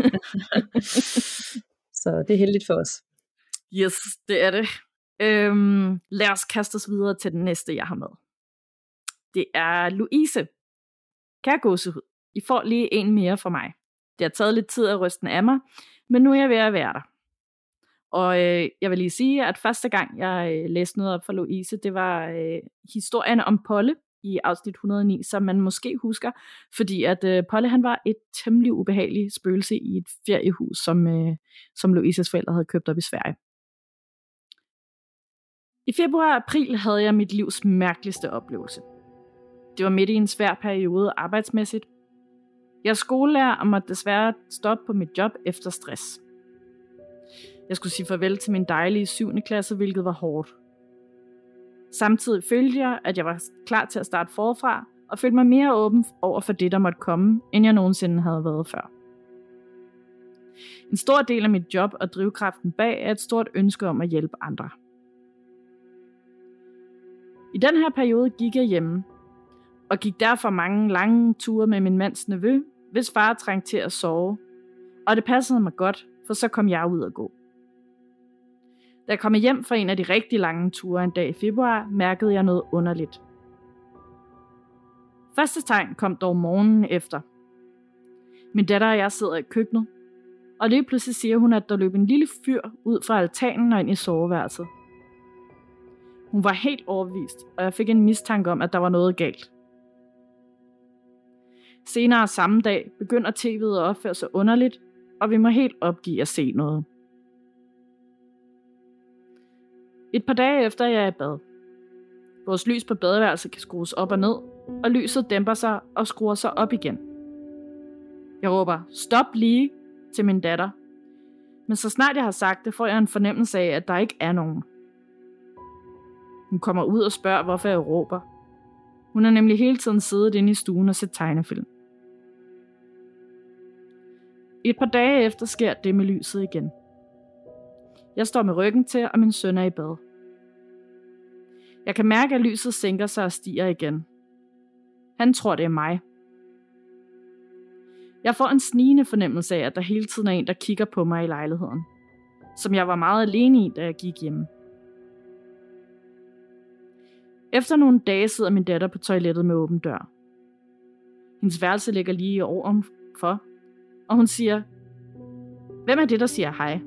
Så det er heldigt for os. Yes, det er det. Lad os kaste os videre til den næste, jeg har med. Det er Louise. Kære gåsehud, I får lige en mere fra mig. Det har taget lidt tid at ryste den af mig, men nu er jeg ved at være der. Og jeg vil lige sige, at første gang jeg læste noget op for Louise, det var historien om Polle, i afsnit 109, som man måske husker, fordi at Polly han var et temmelig ubehageligt spøgelse i et feriehus, som Louises forældre havde købt op i Sverige. I februar og april havde jeg mit livs mærkeligste oplevelse. Det var midt i en svær periode arbejdsmæssigt. Jeg er skolelærer og måtte desværre stoppe på mit job efter stress. Jeg skulle sige farvel til min dejlige 7. klasse, hvilket var hårdt. Samtidig følte jeg, at jeg var klar til at starte forfra, og følte mig mere åben over for det, der måtte komme, end jeg nogensinde havde været før. En stor del af mit job og drivkraften bag er et stort ønske om at hjælpe andre. I den her periode gik jeg hjemme, og gik derfor mange lange ture med min mands nevø, hvis far trængte til at sove, og det passede mig godt, for så kom jeg ud at gå. Da jeg kom hjem fra en af de rigtig lange ture en dag i februar, mærkede jeg noget underligt. Første tegn kom dog morgenen efter. Min datter og jeg sidder i køkkenet, og lige pludselig siger hun, at der løb en lille fyr ud fra altanen og ind i soveværelset. Hun var helt overbevist, og jeg fik en mistanke om, at der var noget galt. Senere samme dag begynder tv'et at opføre sig underligt, og vi må helt opgive at se noget. Et par dage efter jeg er i bad. Vores lys på badeværelset kan skrues op og ned, og lyset dæmper sig og skruer sig op igen. Jeg råber, stop lige, til min datter. Men så snart jeg har sagt det, får jeg en fornemmelse af, at der ikke er nogen. Hun kommer ud og spørger, hvorfor jeg råber. Hun har nemlig hele tiden siddet inde i stuen og set tegnefilm. Et par dage efter sker det med lyset igen. Jeg står med ryggen til, og min søn er i bad. Jeg kan mærke, at lyset sænker sig og stiger igen. Han tror, det er mig. Jeg får en snigende fornemmelse af, at der hele tiden er en, der kigger på mig i lejligheden, som jeg var meget alene i, da jeg gik hjemme. Efter nogle dage sidder min datter på toilettet med åben dør. Hendes værelse ligger lige overfor, og hun siger, hvem er det, der siger hej?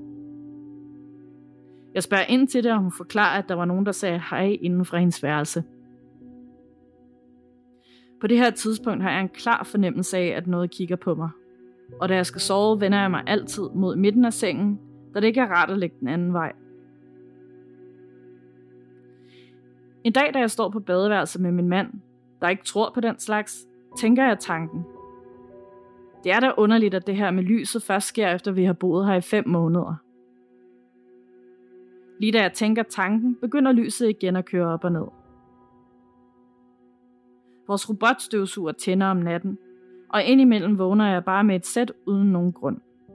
Jeg spørger ind til det, og hun forklarer, at der var nogen, der sagde hej inden fra hendes værelse. På det her tidspunkt har jeg en klar fornemmelse af, at noget kigger på mig. Og da jeg skal sove, vender jeg mig altid mod midten af sengen, da det ikke er rart at lægge den anden vej. En dag, da jeg står på badeværelset med min mand, der ikke tror på den slags, tænker jeg tanken. Det er da underligt, at det her med lyset først sker, efter vi har boet her i 5 måneder. Lige da jeg tænker tanken, begynder lyset igen at køre op og ned. Vores robotstøvsuger tænder om natten, og indimellem vågner jeg bare med et sæt uden nogen grund.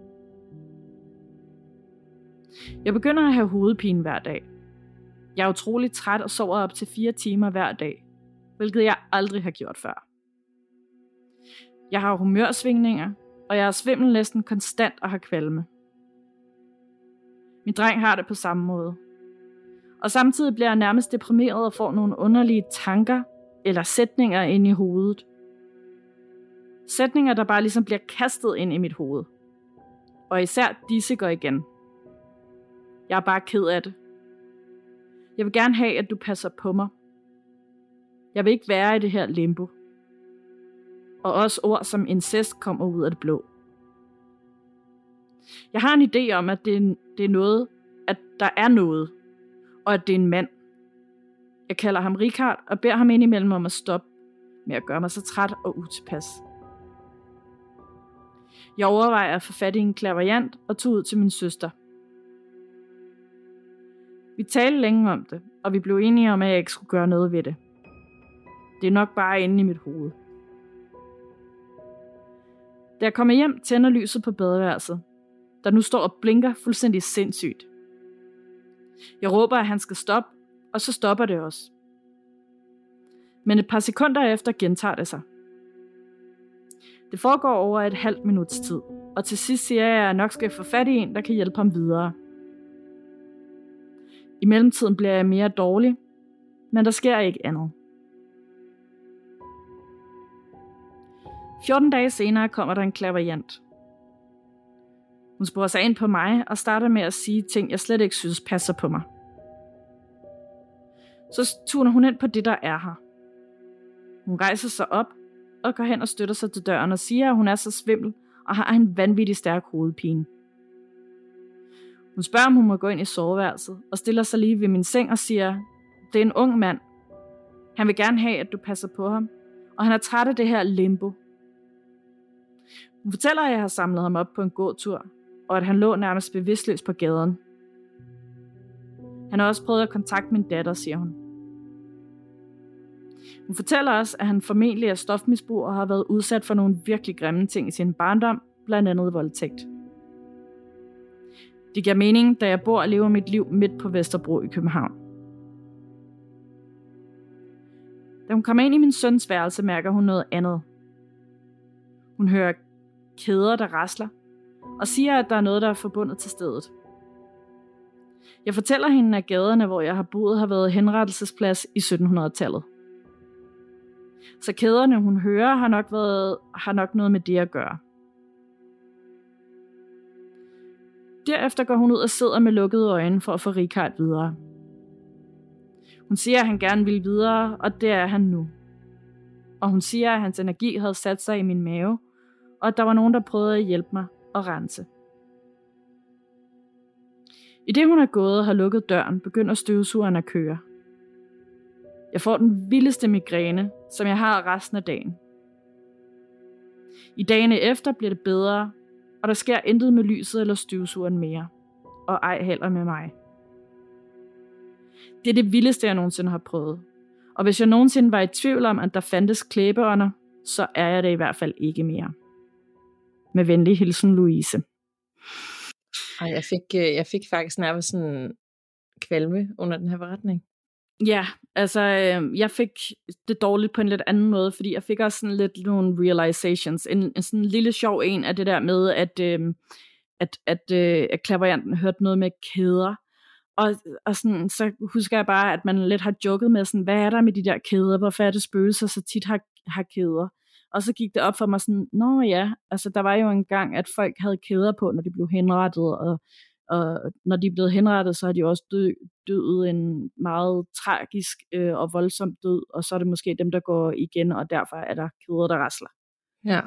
Jeg begynder at have hovedpine hver dag. Jeg er utrolig træt og sover op til 4 timer hver dag, hvilket jeg aldrig har gjort før. Jeg har humørsvingninger, og jeg er svimmel næsten konstant og har kvalme. Min dreng har det på samme måde. Og samtidig bliver jeg nærmest deprimeret og får nogle underlige tanker eller sætninger ind i hovedet. Sætninger, der bare ligesom bliver kastet ind i mit hoved. Og især disse går igen. Jeg er bare ked af det. Jeg vil gerne have, at du passer på mig. Jeg vil ikke være i det her limbo. Og også ord som incest kommer ud af det blå. Jeg har en idé om, at det er noget, at der er noget, og at det er en mand. Jeg kalder ham Richard og beder ham indimellem om at stoppe med at gøre mig så træt og utilpas. Jeg overvejer at få fat i en clairvoyant og tog ud til min søster. Vi talte længe om det, og vi blev enige om, at jeg ikke skulle gøre noget ved det. Det er nok bare inde i mit hoved. Da jeg kommer hjem, tænder lyset på badeværelset, der nu står og blinker fuldstændig sindssygt. Jeg råber, at han skal stoppe, og så stopper det også. Men et par sekunder efter gentager det sig. Det foregår over et halvt minuts tid, og til sidst siger jeg, at jeg nok skal få fat i en, der kan hjælpe ham videre. I mellemtiden bliver jeg mere dårlig, men der sker ikke andet. 14 dage senere kommer der en clairvoyant. Hun sporer sig ind på mig og starter med at sige ting, jeg slet ikke synes passer på mig. Så tuner hun ind på det, der er her. Hun rejser sig op og går hen og støtter sig til døren og siger, at hun er så svimmel og har en vanvittig stærk hovedpine. Hun spørger, om hun må gå ind i soveværelset og stiller sig lige ved min seng og siger, det er en ung mand. Han vil gerne have, at du passer på ham, og han er træt af det her limbo. Hun fortæller, at jeg har samlet ham op på en gåtur, og at han lå nærmest bevidstløs på gaden. Han har også prøvet at kontakte min datter, siger hun. Hun fortæller også, at han formentlig er stofmisbruger og har været udsat for nogle virkelig grimme ting i sin barndom, blandt andet voldtægt. Det giver mening, da jeg bor og lever mit liv midt på Vesterbro i København. Da hun kommer ind i min søns værelse, mærker hun noget andet. Hun hører kæder, der rasler, og siger, at der er noget, der er forbundet til stedet. Jeg fortæller hende, at gaderne, hvor jeg har boet, har været henrettelsesplads i 1700-tallet. Så kæderne, hun hører, har nok noget med det at gøre. Derefter går hun ud og sidder med lukkede øjne for at få Richard videre. Hun siger, at han gerne vil videre, og det er han nu. Og hun siger, at hans energi havde sat sig i min mave, og at der var nogen, der prøvede at hjælpe mig at rense. I det hun er gået og har lukket døren, begynder støvsugeren at køre. Jeg får den vildeste migræne, som jeg har resten af dagen. I dagene efter bliver det bedre, og der sker intet med lyset eller støvsugeren mere, og ej heller med mig. Det er det vildeste, jeg nogensinde har prøvet. Og hvis jeg nogensinde var i tvivl om, at der fandtes klæbeånder, så er jeg det i hvert fald ikke mere. Med venlig hilsen, Louise. Ej, jeg fik faktisk nærmest sådan kvalme under den her beretning. Ja, altså jeg fik det dårligt på en lidt anden måde, fordi jeg fik også sådan lidt nogle realizations. En sådan lille sjov en af det der med, at klaverjanten hørte noget med kæder. Og sådan, så husker jeg bare, at man lidt har joket med sådan, hvad er der med de der kæder? Hvorfor er det spøgelser så tit har kæder? Og så gik det op for mig sådan, nå ja, altså der var jo en gang, at folk havde kæder på, når de blev henrettet, og når de er blevet henrettet, så har de også død en meget tragisk og voldsom død, og så er det måske dem, der går igen, og derfor er der kæder, der rasler. Ja.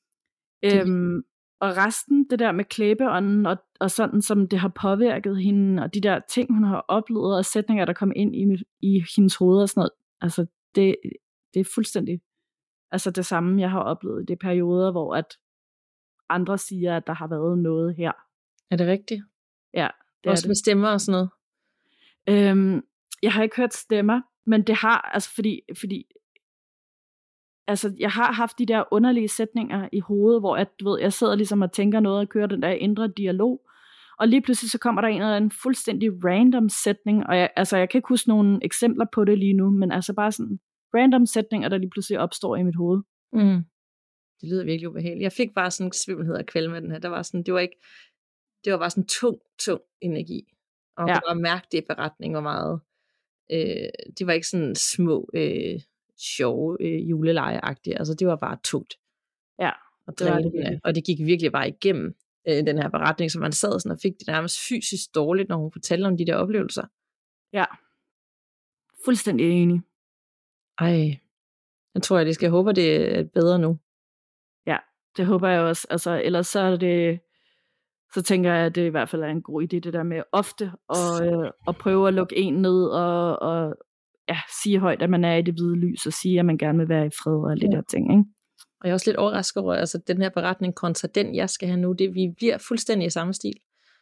Og resten, det der med klæbeånden, og sådan som det har påvirket hende, og de der ting, hun har oplevet, og sætninger, der kommer ind i hendes hoved og sådan noget, altså det er fuldstændig altså det samme, jeg har oplevet i de perioder, hvor at andre siger, at der har været noget her. Er det rigtigt? Ja, det også er det. Med stemmer og sådan noget? Jeg har ikke hørt stemmer, men det har, altså fordi altså jeg har haft de der underlige sætninger i hovedet, hvor jeg sidder ligesom og tænker noget og kører den der indre dialog, og lige pludselig så kommer der en eller anden fuldstændig random sætning, og jeg kan ikke huske nogle eksempler på det lige nu, men altså bare sådan random sætninger, der lige pludselig opstår i mit hoved. Mm. Det lyder virkelig ubehageligt. Jeg fik bare sådan en svimmelhed af kvalme med den her. Der var sådan, det var bare sådan tung energi. Og jeg kunne bare mærke det i beretningen og meget. Det var ikke sådan små, sjove juleleje-agtige. Altså det var bare tungt. Ja, det var det. Og det gik virkelig bare igennem den her beretning, så man sad sådan og fik det nærmest fysisk dårligt, når hun fortalte om de der oplevelser. Ja, fuldstændig enig. Ej, jeg tror, det skal. Jeg håber, det er bedre nu. Ja, det håber jeg også. Altså, ellers så er det, så tænker jeg, at det i hvert fald er en god idé, det der med ofte at prøve at lukke en ned og sige højt, at man er i det hvide lys, og sige, at man gerne vil være i fred og alle de der ting, ikke? Og jeg er også lidt overrasket over, altså den her beretning kontra den, jeg skal have nu, vi bliver fuldstændig i samme stil.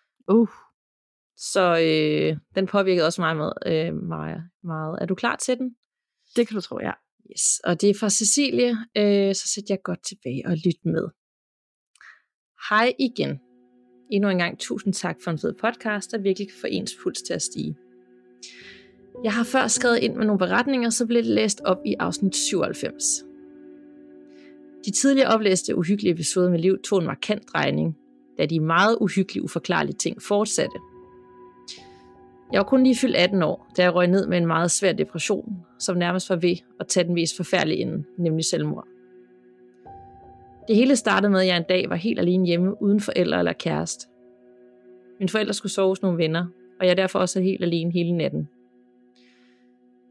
Så den påvirkede også mig meget. Er du klar til den? Det kan du tro, ja. Yes, og det er fra Cecilie, så sætter jeg godt tilbage og lyt med. Hej igen. Endnu en gang tusind tak for en fed podcast, der virkelig får ens puls til at stige. Jeg har før skrevet ind med nogle beretninger, så blev det læst op i afsnit 97. De tidligere oplæste uhyggelige episoder med liv tog en markant drejning, da de meget uhyggelige uforklarlige ting fortsatte. Jeg var kun lige fyldt 18 år, da jeg røg ned med en meget svær depression, som nærmest var ved at tage den mest forfærdelige ende, nemlig selvmord. Det hele startede med, at jeg en dag var helt alene hjemme uden forældre eller kæreste. Mine forældre skulle sove hos nogle venner, og jeg er derfor også helt alene hele natten.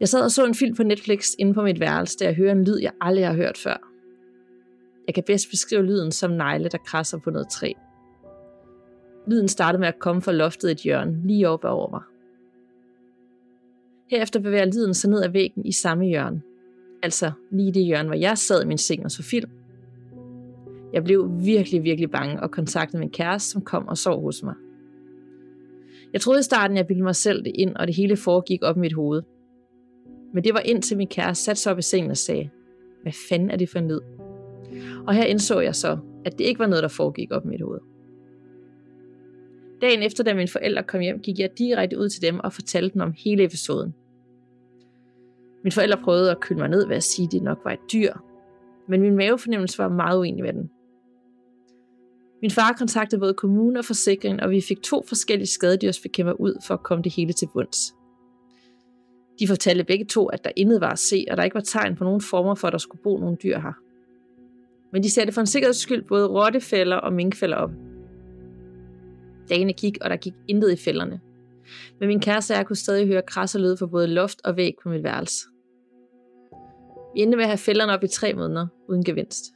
Jeg sad og så en film på Netflix inde på mit værelse, da jeg hører en lyd, jeg aldrig har hørt før. Jeg kan bedst beskrive lyden som negle, der krasser på noget træ. Lyden startede med at komme fra loftet i et hjørne, lige oppe over mig. Herefter bevæger lyden sig ned ad væggen i samme hjørne. Altså lige det hjørne, hvor jeg sad i min seng og så film. Jeg blev virkelig, virkelig bange og kontaktede min kæreste, som kom og sov hos mig. Jeg troede i starten, jeg bildte mig selv det ind, og det hele foregik op i mit hoved. Men det var indtil min kæreste satte sig op i sengen og sagde, hvad fanden er det for en lyd? Og her indså jeg så, at det ikke var noget, der foregik op i mit hoved. Dagen efter, da mine forældre kom hjem, gik jeg direkte ud til dem og fortalte dem om hele episoden. Mine forældre prøvede at kylde mig ned ved at sige, at det nok var et dyr, men min mavefornemmelse var meget uenig med den. Min far kontaktede både kommunen og forsikringen, og vi fik 2 forskellige skadedyrsbekæmper ud for at komme det hele til bunds. De fortalte begge 2, at der intet var at se, og der ikke var tegn på nogen former for, at der skulle bo nogle dyr her. Men de satte for en sikkerheds skyld både rottefælder og minkfælder op. Dagene gik, og der gik intet i fælderne. Men min kæreste og jeg kunne stadig høre kras og lyd fra både loft og væg på mit værelse. Vi endte med at have fælderne op i 3 måneder, uden gevinst.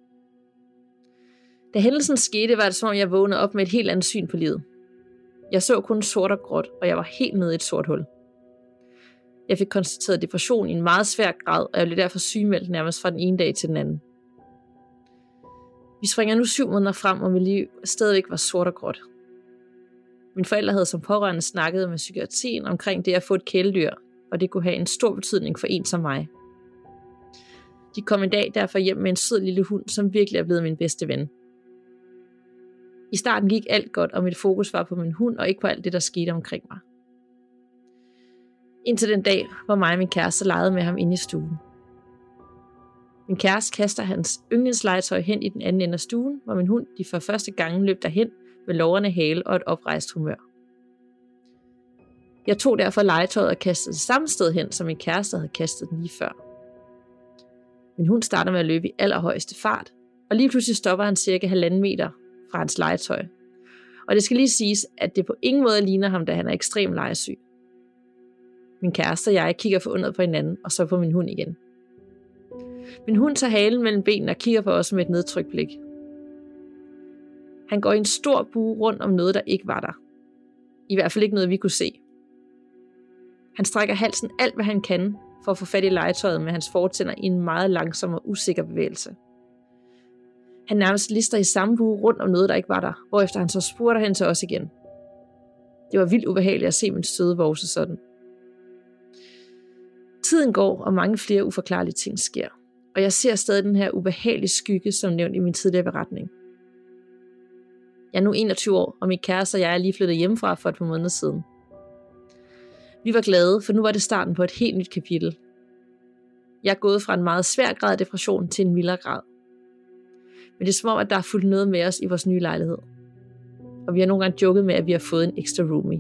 Da hændelsen skete, var det som om jeg vågnede op med et helt andet syn på livet. Jeg så kun sort og gråt, og jeg var helt nede i et sort hul. Jeg fik konstateret depression i en meget svær grad, og jeg blev derfor sygemeldt nærmest fra den ene dag til den anden. Vi springer nu 7 måneder frem, og mit liv stadigvæk var sort og gråt. Mine forældre havde som pårørende snakket med psykiatrien omkring det at få et kæledyr, og det kunne have en stor betydning for en som mig. De kom en dag derfor hjem med en sød lille hund, som virkelig er blevet min bedste ven. I starten gik alt godt, og mit fokus var på min hund og ikke på alt det, der skete omkring mig. Indtil den dag, hvor mig og min kæreste legede med ham inde i stuen. Min kæreste kaster hans yndlingslegetøj hen i den anden ende af stuen, hvor min hund de for første gang løb derhen med lårende hale og et oprejst humør. Jeg tog derfor legetøjet og kastede det samme sted hen, som min kæreste havde kastet den lige før. Min hund starter med at løbe i allerhøjeste fart, og lige pludselig stopper han cirka 1,5 meter fra hans legetøj. Og det skal lige siges, at det på ingen måde ligner ham, da han er ekstremt legesyg. Min kæreste og jeg kigger forundret på hinanden, og så på min hund igen. Min hund tager halen mellem benene og kigger på os med et nedtrykt blik. Han går i en stor bue rundt om noget, der ikke var der. I hvert fald ikke noget, vi kunne se. Han strækker halsen alt, hvad han kan, for at få fat i legetøjet med hans fortænder i en meget langsom og usikker bevægelse. Han nærmest lister i samme bue rundt om noget, der ikke var der, hvorefter han så spurter hen til os igen. Det var vildt ubehageligt at se min søde vovse sådan. Tiden går, og mange flere uforklarlige ting sker, og jeg ser stadig den her ubehagelige skygge, som nævnt i min tidligere beretning. Jeg er nu 21 år, og min kæreste og jeg er lige flyttet hjemmefra for et par måneder siden. Vi var glade, for nu var det starten på et helt nyt kapitel. Jeg er gået fra en meget svær grad af depression til en mildere grad. Men det er som om, at der er fulgt noget med os i vores nye lejlighed. Og vi har nogle gange joket med, at vi har fået en ekstra roomie.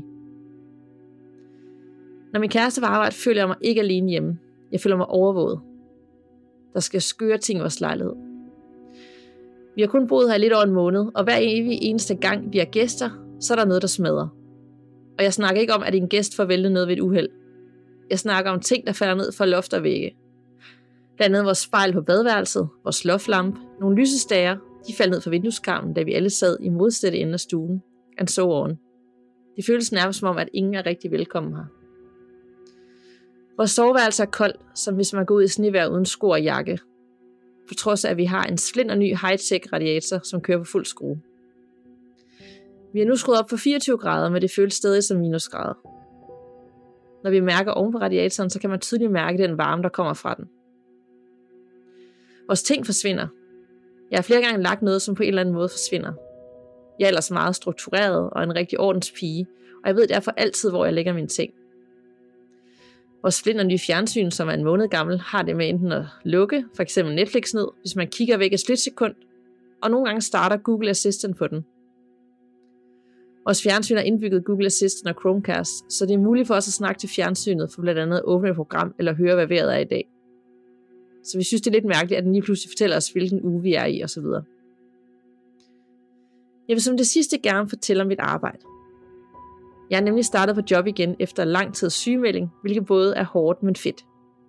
Når min kæreste var arbejde, føler jeg mig ikke alene hjemme. Jeg føler mig overvåget. Der skal skøre ting i vores lejlighed. Vi har kun boet her lidt over en måned, og hver eneste gang vi har gæster, så er der noget, der smadrer. Og jeg snakker ikke om, at en gæst får væltet noget ved et uheld. Jeg snakker om ting, der falder ned fra loft og vægge. Blandt andet vores spejl på badeværelset, vores loftlampe, nogle lysestager, de faldt ned fra vindueskarmen, da vi alle sad i modsatte ende af stuen, and so on. Det føles nærmest som om, at ingen er rigtig velkommen her. Vores soveværelse er koldt, som hvis man går ud i snevejr uden sko og jakke. På trods af, at vi har en splinterny high-tech radiator, som kører på fuld skrue. Vi er nu skruet op for 24 grader, men det føles stadig som minusgrader. Når vi mærker oven på radiatoren, så kan man tydeligt mærke den varme, der kommer fra den. Vores ting forsvinder. Jeg har flere gange lagt noget, som på en eller anden måde forsvinder. Jeg er ellers meget struktureret og en rigtig ordenspige, og jeg ved derfor altid, hvor jeg lægger mine ting. Vores splinter nye fjernsyn, som er en måned gammel, har det med enten at lukke, f.eks. Netflix ned, hvis man kigger væk et splitsekund, og nogle gange starter Google Assistant på den. Vores fjernsyn har indbygget Google Assistant og Chromecast, så det er muligt for os at snakke til fjernsynet for blandt andet at åbne et program eller høre, hvad vejret er i dag. Så vi synes, det er lidt mærkeligt, at den lige pludselig fortæller os, hvilken uge vi er i osv. Jeg vil som det sidste gerne fortælle om mit arbejde. Jeg er nemlig startet på job igen efter lang tids sygemelding, hvilket både er hårdt, men fedt.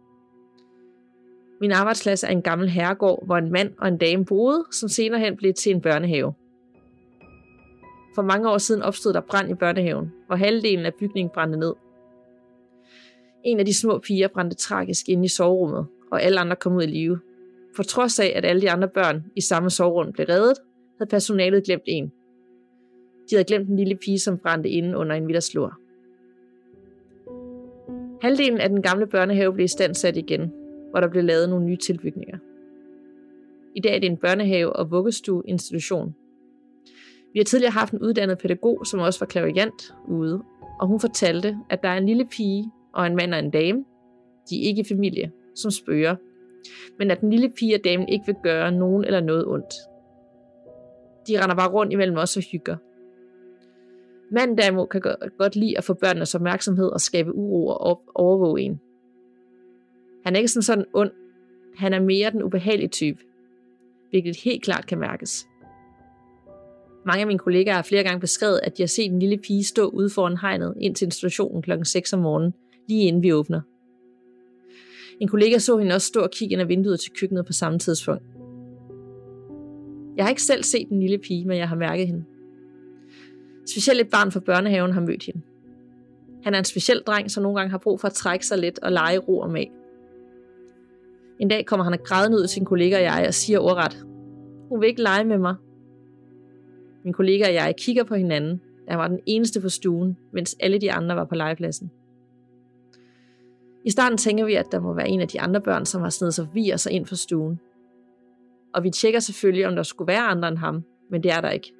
Min arbejdsplads er en gammel herregård, hvor en mand og en dame boede, som senere hen blev til en børnehave. For mange år siden opstod der brand i børnehaven, hvor halvdelen af bygningen brændte ned. En af de små piger brændte tragisk inde i soverummet, og alle andre kom ud i live. For trods af, at alle de andre børn i samme soverum blev reddet, havde personalet glemt en. De havde glemt en lille pige, som brændte inde under en middagslur. Halvdelen af den gamle børnehave blev istandsat igen, hvor der blev lavet nogle nye tilbygninger. I dag er det en børnehave- og vuggestueinstitution. Vi har tidligere haft en uddannet pædagog, som også var clairvoyant ude, og hun fortalte, at der er en lille pige og en mand og en dame, de er ikke i familie, som spøger, men at den lille pige og damen ikke vil gøre nogen eller noget ondt. De render bare rundt imellem os og hygger. Manden derimod kan godt lide at få børnenes opmærksomhed og skabe uro og overvåge en. Han er ikke sådan ond. Han er mere den ubehagelige type, hvilket helt klart kan mærkes. Mange af mine kollegaer har flere gange beskrevet, at de har set en lille pige stå ude foran hegnet ind til institutionen klokken 6 om morgenen, lige inden vi åbner. En kollega så hende også stå og kigge ind ad vinduet til køkkenet på samme tidspunkt. Jeg har ikke selv set den lille pige, men jeg har mærket hende. Specielt et barn fra børnehaven har mødt hende. Han er en speciel dreng, som nogle gange har brug for at trække sig lidt og lege ro og mag. En dag kommer han grædende ud til sin kollega og jeg og siger ordret: "Hun vil ikke lege med mig." Min kollega og jeg kigger på hinanden, da han var den eneste på stuen, mens alle de andre var på legepladsen. I starten tænker vi, at der må være en af de andre børn, som har snedet sig forbi os ind for stuen. Og vi tjekker selvfølgelig, om der skulle være andre end ham, men det er der ikke.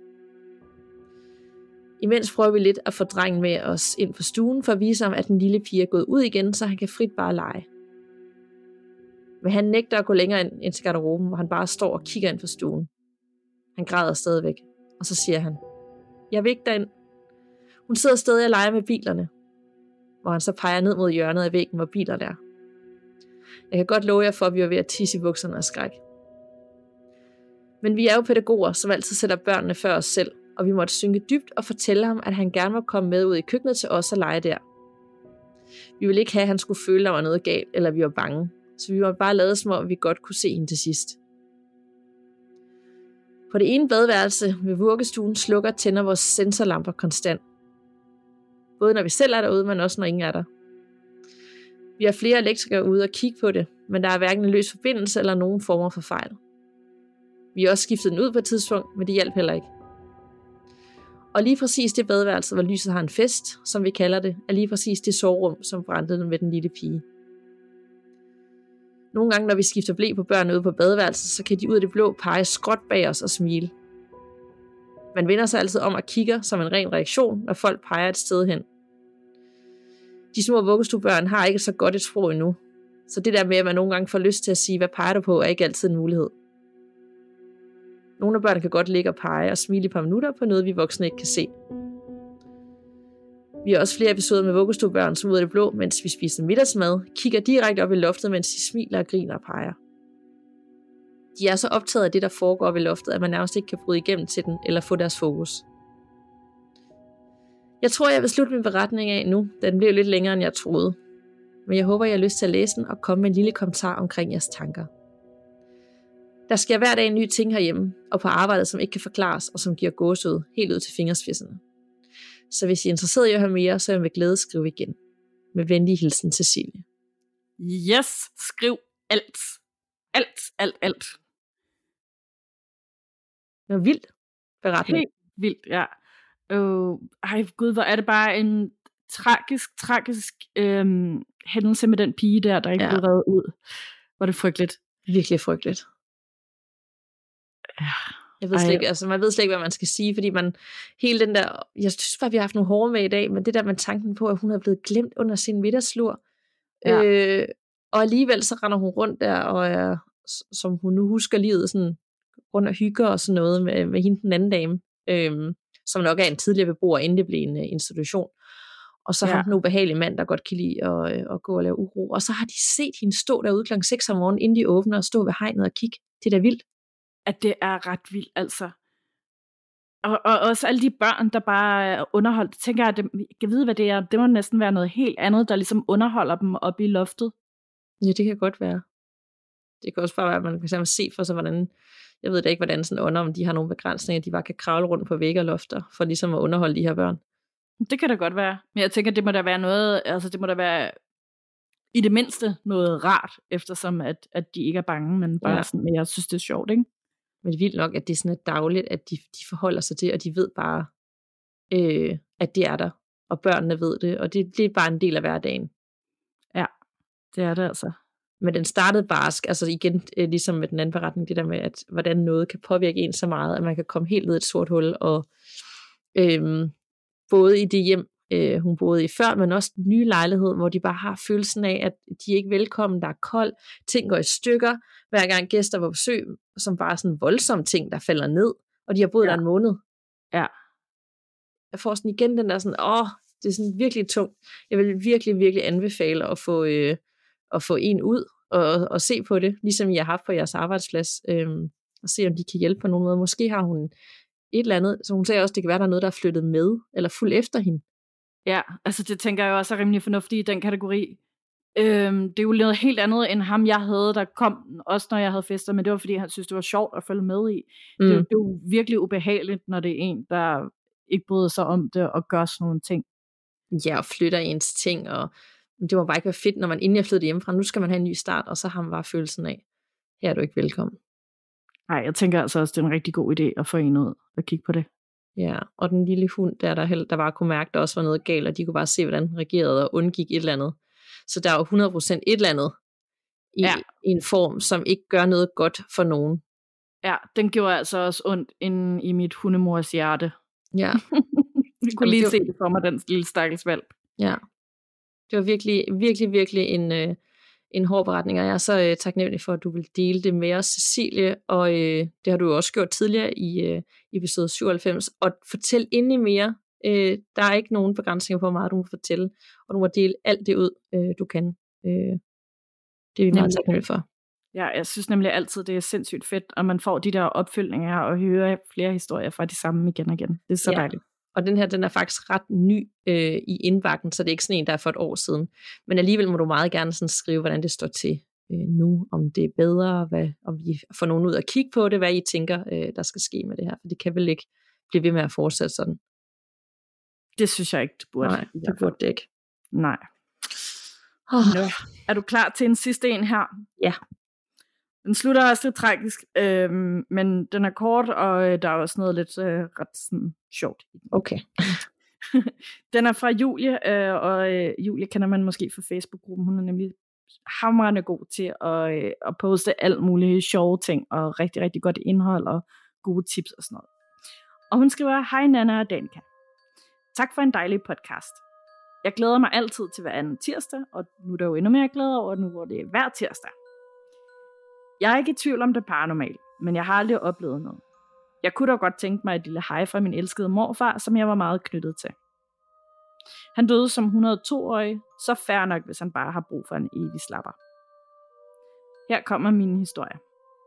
Imens prøver vi lidt at få drengen med os ind på stuen, for at vise ham, at den lille pige er gået ud igen, så han kan frit bare lege. Men han nægter at gå længere ind til garderoben, hvor han bare står og kigger ind på stuen. Han græder stadigvæk, og så siger han: "Jeg vil ikke derind. Hun sidder stadig og leger med bilerne." Hvor han så peger ned mod hjørnet af væggen, hvor bilerne er. Jeg kan godt love jer for, at vi var ved at tisse i bukserne af skræk. Men vi er jo pædagoger, som altid sætter børnene før os selv, og vi måtte synke dybt og fortælle ham, at han gerne må komme med ud i køkkenet til os og lege der. Vi ville ikke have, at han skulle føle, at der var noget galt, eller vi var bange, så vi måtte bare lade som om, vi godt kunne se hende til sidst. På det ene badeværelse ved vuggestuen slukker og tænder vores sensorlamper konstant. Både når vi selv er derude, men også når ingen er der. Vi har flere elektrikere ude og kigge på det, men der er hverken en løs forbindelse eller nogen former for fejl. Vi har også skiftet den ud på et tidspunkt, men det hjalp heller ikke. Og lige præcis det badeværelse, hvor lyset har en fest, som vi kalder det, er lige præcis det soverum, som brændte med den lille pige. Nogle gange, når vi skifter ble på børn ude på badeværelset, så kan de ud af det blå pege skråt bag os og smile. Man vender sig altid om og kigger som en ren reaktion, når folk peger et sted hen. De små vuggestuebørn har ikke så godt et sprog endnu, så det der med, at man nogle gange får lyst til at sige, hvad peger du på, er ikke altid en mulighed. Nogle af børnene kan godt ligge og pege og smile i et par minutter på noget, vi voksne ikke kan se. Vi har også flere episoder med vuggestuebørn, som ud af det blå, mens vi spiser middagsmad, kigger direkte op i loftet, mens de smiler og griner og peger. De er så optaget af det, der foregår ved loftet, at man nærmest ikke kan bryde igennem til den eller få deres fokus. Jeg tror, jeg vil slutte min beretning af nu, da den blev lidt længere, end jeg troede. Men jeg håber, jeg har lyst til at læse den og komme med en lille kommentar omkring jeres tanker. Der sker hver dag en ny ting herhjemme og på arbejdet, som ikke kan forklares og som giver gåsehud helt ud til fingerspidserne. Så hvis I er interesseret i at høre mere, så vil jeg med glæde skrive igen. Med venlig hilsen, Cecilie. Yes, skriv alt. Alt. Det var vildt beretning. Helt vildt, ja. Ej gud, hvor er det bare en tragisk hændelse med den pige der ikke blev reddet ud. Hvor det frygteligt. Virkelig frygteligt. Ja. Jeg ved slet ikke, altså man ved slet ikke, hvad man skal sige, fordi man, hele den der, jeg synes bare, vi har haft nogle hårde med i dag, men det der med tanken på, at hun er blevet glemt under sin middagslur, og alligevel så render hun rundt der, og er, som hun nu husker livet, sådan rundt og hygger og sådan noget med hende den anden dame, som nok er en tidligere beboer, inden det blev en institution. Og så har hun en ubehagelig mand, der godt kan lide at gå og lave uro. Og så har de set hende stå derude klokken 6 om morgenen, inden de åbner, og stå ved hegnet og kigge. Det er da vildt. At det er ret vildt, altså. Og også alle de børn, der bare er underholdt. Tænker jeg, kan vide, hvad det er. Det må næsten være noget helt andet, der ligesom underholder dem oppe i loftet. Ja, det kan godt være. Det kan også bare være, at man kan simpelthen se for sig, hvordan, jeg ved da ikke, hvordan sådan under, om de har nogle begrænsninger, de bare kan kravle rundt på vægge og lofter, for ligesom at underholde de her børn. Det kan da godt være. Men jeg tænker, det må da være noget, altså det må da være i det mindste noget rart, eftersom at de ikke er bange, men bare sådan, men jeg synes, det er sjovt, ikke? Men det er vildt nok, at det er sådan et dagligt, at de forholder sig til, og de ved bare, at det er der, og børnene ved det, og det er bare en del af hverdagen. Ja, det er det altså. Men den startede barsk, altså igen, ligesom med den anden beretning, det der med, at hvordan noget kan påvirke en så meget, at man kan komme helt ned i et sort hul, og både i det hjem, hun boede i før, men også den nye lejlighed, hvor de bare har følelsen af, at de er ikke velkommen, der er koldt, ting går i stykker, hver gang gæster var på besøg, som bare sådan voldsomme ting, der falder ned, og de har boet der en måned. Ja. Jeg får sådan igen den der sådan, det er sådan virkelig tungt. Jeg vil virkelig, virkelig anbefale at få en ud og se på det, ligesom I har haft på jeres arbejdsplads, og se, om de kan hjælpe på nogen måde. Måske har hun et eller andet, så hun sagde også, det kan være, der er noget, der er flyttet med, eller fuldt efter hende. Ja, altså det tænker jeg jo også er rimelig fornuftigt i den kategori. Det er jo noget helt andet, end ham jeg havde, der kom, også når jeg havde fester, men det var, fordi han synes, det var sjovt at følge med i. Det er jo virkelig ubehageligt, når det er en, der ikke bryder sig om det, og gør sådan nogle ting. Ja, og flytter ens ting, og det må bare ikke være fedt, når man inden jeg flyttede hjemmefra, nu skal man have en ny start, og så har man bare følelsen af, her er du ikke velkommen. Nej, jeg tænker altså også, det er en rigtig god idé at få en ud og kigge på det. Ja, og den lille hund, der bare kunne mærke, der også var noget galt, og de kunne bare se, hvordan den reagerede og undgik et eller andet. Så der er jo 100% et eller andet i en form, som ikke gør noget godt for nogen. Ja, den gjorde altså også ondt inde i mit hundemors hjerte. Ja. Jeg kunne lige se det for mig, den lille stakkels valp. Ja. Det var virkelig, virkelig, virkelig en hård beretning, og jeg er så taknemmelig for, at du vil dele det med os, Cecilie, og det har du jo også gjort tidligere i episode 97, og fortæl endelig mere. Der er ikke nogen begrænsninger på, hvor meget du må fortælle, og du må dele alt det ud, du kan. Det er vi meget taknemmelige for. Ja, jeg synes nemlig altid, det er sindssygt fedt, at man får de der opfølgninger og hører flere historier fra de samme igen og igen. Det er så dejligt. Og den her, den er faktisk ret ny i indbakken, så det er ikke sådan en, der er for et år siden. Men alligevel må du meget gerne sådan skrive, hvordan det står til nu, om det er bedre, om vi får nogen ud at kigge på det, hvad I tænker, der skal ske med det her. For det kan vel ikke blive ved med at fortsætte sådan. Det synes jeg ikke, det burde. Nej, det burde det ikke. Nej. Nå. Er du klar til en sidste en her? Ja. Den slutter også lidt tragisk, men den er kort, og der er også noget lidt ret sådan, sjovt i den. Okay. Den er fra Julie, og Julie kender man måske fra Facebook-gruppen. Hun er nemlig hamrende god til at poste alt muligt sjove ting, og rigtig, rigtig godt indhold, og gode tips og sådan noget. Og hun skriver, hej Nanna og Danika. Tak for en dejlig podcast. Jeg glæder mig altid til hver anden tirsdag, og nu er der jo endnu mere glæde over nu, hvor det er hver tirsdag. Jeg er ikke i tvivl om det paranormale, men jeg har aldrig oplevet noget. Jeg kunne dog godt tænke mig et lille hej fra min elskede morfar, som jeg var meget knyttet til. Han døde som 102-årig, så fair nok, hvis han bare har brug for en evig slapper. Her kommer min historie.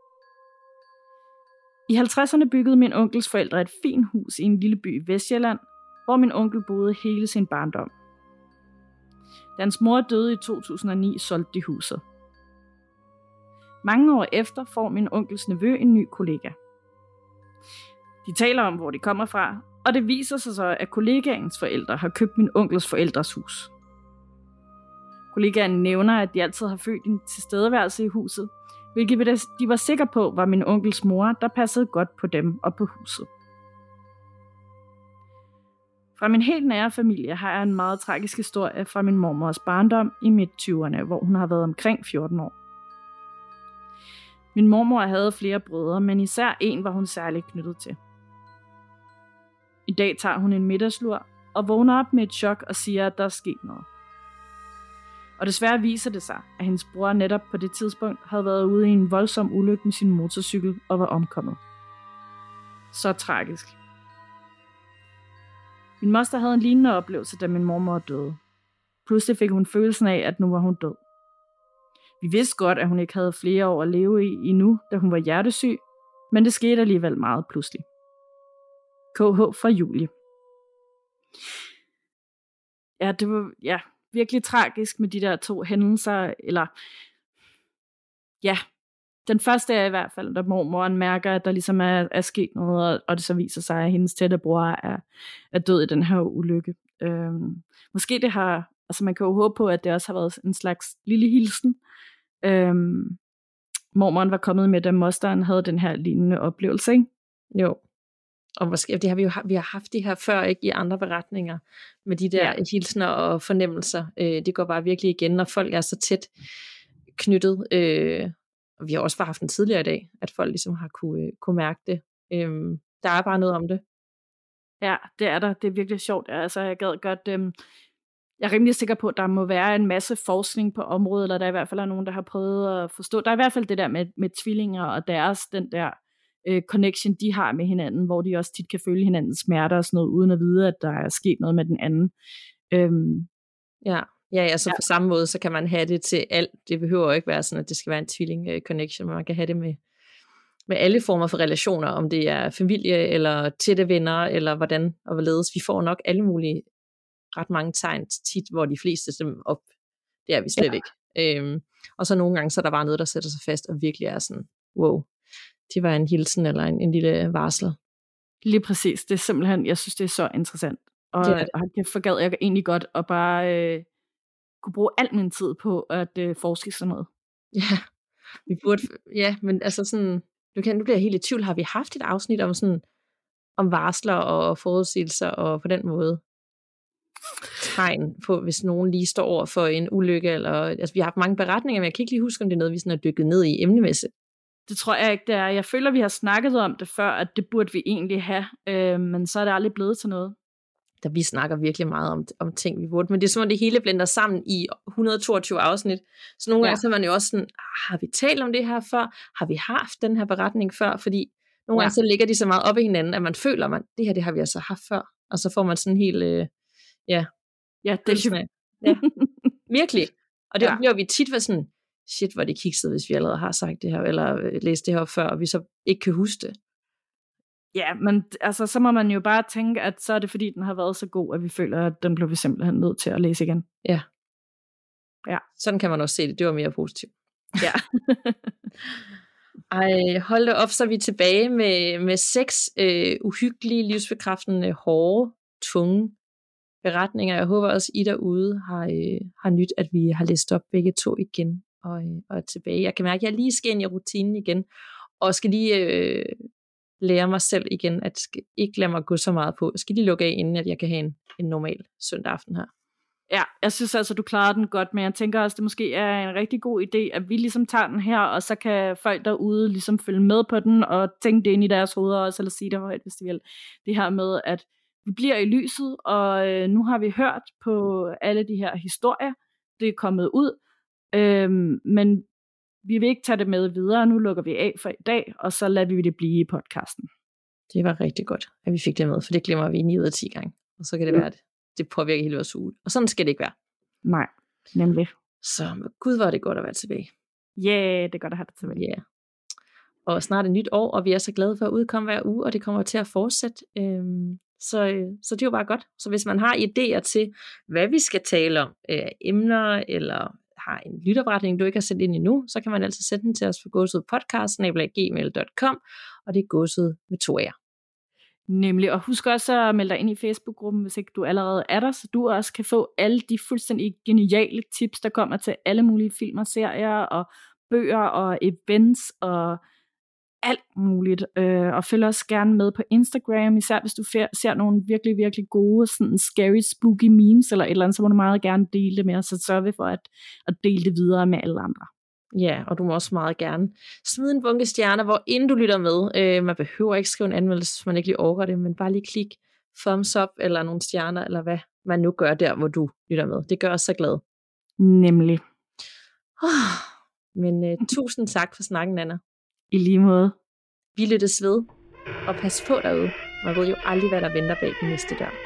I 50'erne byggede min onkels forældre et fint hus i en lille by i Vestjylland, hvor min onkel boede hele sin barndom. Da hans mor døde i 2009, solgte de huset. Mange år efter får min onkels nevø en ny kollega. De taler om, hvor de kommer fra, og det viser sig så, at kollegaens forældre har købt min onkels forældres hus. Kollegaen nævner, at de altid har følt en tilstedeværelse i huset, hvilket de var sikre på var min onkels mor, der passede godt på dem og på huset. Fra min helt nære familie har jeg en meget tragisk historie fra min mormors barndom i midt-20'erne, hvor hun har været omkring 14 år. Min mormor havde flere brødre, men især en var hun særligt knyttet til. I dag tager hun en middagslur og vågner op med et chok og siger, at der er sket noget. Og desværre viser det sig, at hendes bror netop på det tidspunkt havde været ude i en voldsom ulykke med sin motorcykel og var omkommet. Så tragisk. Min moster havde en lignende oplevelse, da min mormor døde. Pludselig fik hun følelsen af, at nu var hun død. Vi vidste godt, at hun ikke havde flere år at leve i endnu, da hun var hjertesyg, men det skete alligevel meget pludselig. KH fra Julie. Ja, det var virkelig tragisk med de der 2 hændelser, eller ja, den første er i hvert fald, da mormoren mærker, at der ligesom er sket noget, og det så viser sig, at hendes tætte bror er død i den her ulykke. Måske det har, altså man kan jo håbe på, at det også har været en slags lille hilsen. Mormoren var kommet med, da mosteren havde den her lignende oplevelse, ikke? Jo. Og måske, det har vi har haft det her før, ikke, i andre beretninger, med de der hilsner og fornemmelser. Det går bare virkelig igen, når folk er så tæt knyttet. Og vi har også bare haft den tidligere i dag, at folk ligesom har kunne mærke det. Der er bare noget om det. Ja, det er der. Det er virkelig sjovt. Altså, jeg gad godt... jeg er rimelig sikker på, at der må være en masse forskning på området, eller der i hvert fald er nogen, der har prøvet at forstå. Der er i hvert fald det der med tvillinger, og deres den der connection, de har med hinanden, hvor de også tit kan føle hinandens smerter og sådan noget, uden at vide, at der er sket noget med den anden. Så på samme måde, så kan man have det til alt. Det behøver jo ikke være sådan, at det skal være en tvilling-connection, men man kan have det med alle former for relationer, om det er familie, eller tætte venner, eller hvordan og hvorledes. Vi får nok alle mulige ret mange tegn tit, hvor de fleste dem op. Det er vi slet ikke. Og så nogle gange, så er der bare noget, der sætter sig fast, og virkelig er sådan, wow, det var en hilsen, eller en lille varsel. Lige præcis. Det er simpelthen, jeg synes, det er så interessant. Og det forgad jeg egentlig godt at bare kunne bruge al min tid på at forske sådan noget. Ja, vi burde, men altså sådan, nu bliver jeg helt i tvivl, har vi haft et afsnit om varsler og forudsigelser, og på den måde tegn på, hvis nogen lige står over for en ulykke, eller, altså vi har haft mange beretninger, men jeg kan ikke lige huske, om det er noget, vi sådan har dykket ned i emnemæssigt. Det tror jeg ikke, det er. Jeg føler, vi har snakket om det før, at det burde vi egentlig have, men så er det aldrig blevet til noget. Vi snakker virkelig meget om ting, vi burde, men det er som om det hele blender sammen i 122 afsnit, så nogle gange så er man jo også sådan, har vi talt om det her før? Har vi haft den her beretning før? Fordi nogle gange så ligger de så meget op i hinanden, at man føler, at det har vi altså haft før, og så får man sådan helt, det er virkelig. Og det oplever vi tit ved sådan, shit, hvor det kikset, hvis vi allerede har sagt det her, eller læst det her før, og vi så ikke kan huske det. Ja, men altså, så må man jo bare tænke, at så er det fordi, den har været så god, at vi føler, at den blev vi simpelthen nødt til at læse igen. Ja. Sådan kan man også se det. Det var mere positivt. Ja. Ej, hold da op, så er vi tilbage med 6 uhyggelige, livsbekræftende, hårde, tunge beretninger. Jeg håber også, I derude har nyt, at vi har læst op begge to igen og er tilbage. Jeg kan mærke, at jeg lige skal ind i rutinen igen, og skal lige lære mig selv igen, at skal ikke lade mig gå så meget på. Jeg skal lige lukke af, inden at jeg kan have en normal søndag aften her. Ja, jeg synes altså, du klarer den godt, men jeg tænker også, det måske er en rigtig god idé, at vi ligesom tager den her, og så kan folk derude ligesom følge med på den, og tænke det ind i deres hoveder også, eller sige det højt, hvis de vil. Det her med, at vi bliver i lyset, og nu har vi hørt på alle de her historier, det er kommet ud, men vi vil ikke tage det med videre, nu lukker vi af for i dag, og så lader vi det blive i podcasten. Det var rigtig godt, at vi fik det med, for det glemmer vi 9 ud af 10 gange, og så kan det være, det påvirker hele vores uge. Og sådan skal det ikke være. Nej, nemlig. Så gud, hvor er det godt at være tilbage. Ja, det er godt at have dig tilbage. Ja. Og snart et nyt år, og vi er så glade for at udkomme hver uge, og det kommer til at fortsætte. Så det er jo bare godt. Så hvis man har idéer til, hvad vi skal tale om, emner, eller har en lytterberetning, du ikke har sendt ind endnu, så kan man altid sende den til os på gåsudpodcast@gmail.com, og det er gåsud med 2 A'er. Nemlig, og husk også at melde dig ind i Facebook-gruppen, hvis ikke du allerede er der, så du også kan få alle de fuldstændig geniale tips, der kommer til alle mulige film og serier, og bøger og events, og alt muligt. Og følg også gerne med på Instagram, især hvis du ser nogle virkelig, virkelig gode, sådan scary, spooky memes, eller et eller andet, så må du meget gerne dele det med os, så sørger vi for at dele det videre med alle andre. Ja, og du må også meget gerne smide en bunke stjerner, hvor inden du lytter med. Man behøver ikke skrive en anmeldelse, hvis man ikke lige orker det, men bare lige klik thumbs up, eller nogle stjerner, eller hvad man nu gør der, hvor du lytter med. Det gør os så glad. Nemlig. Men tusind tak for snakken, Anna. I lige måde. Vi lyttes ved, og pas på derude. Man ved jo aldrig, hvad der venter bag den næste dør.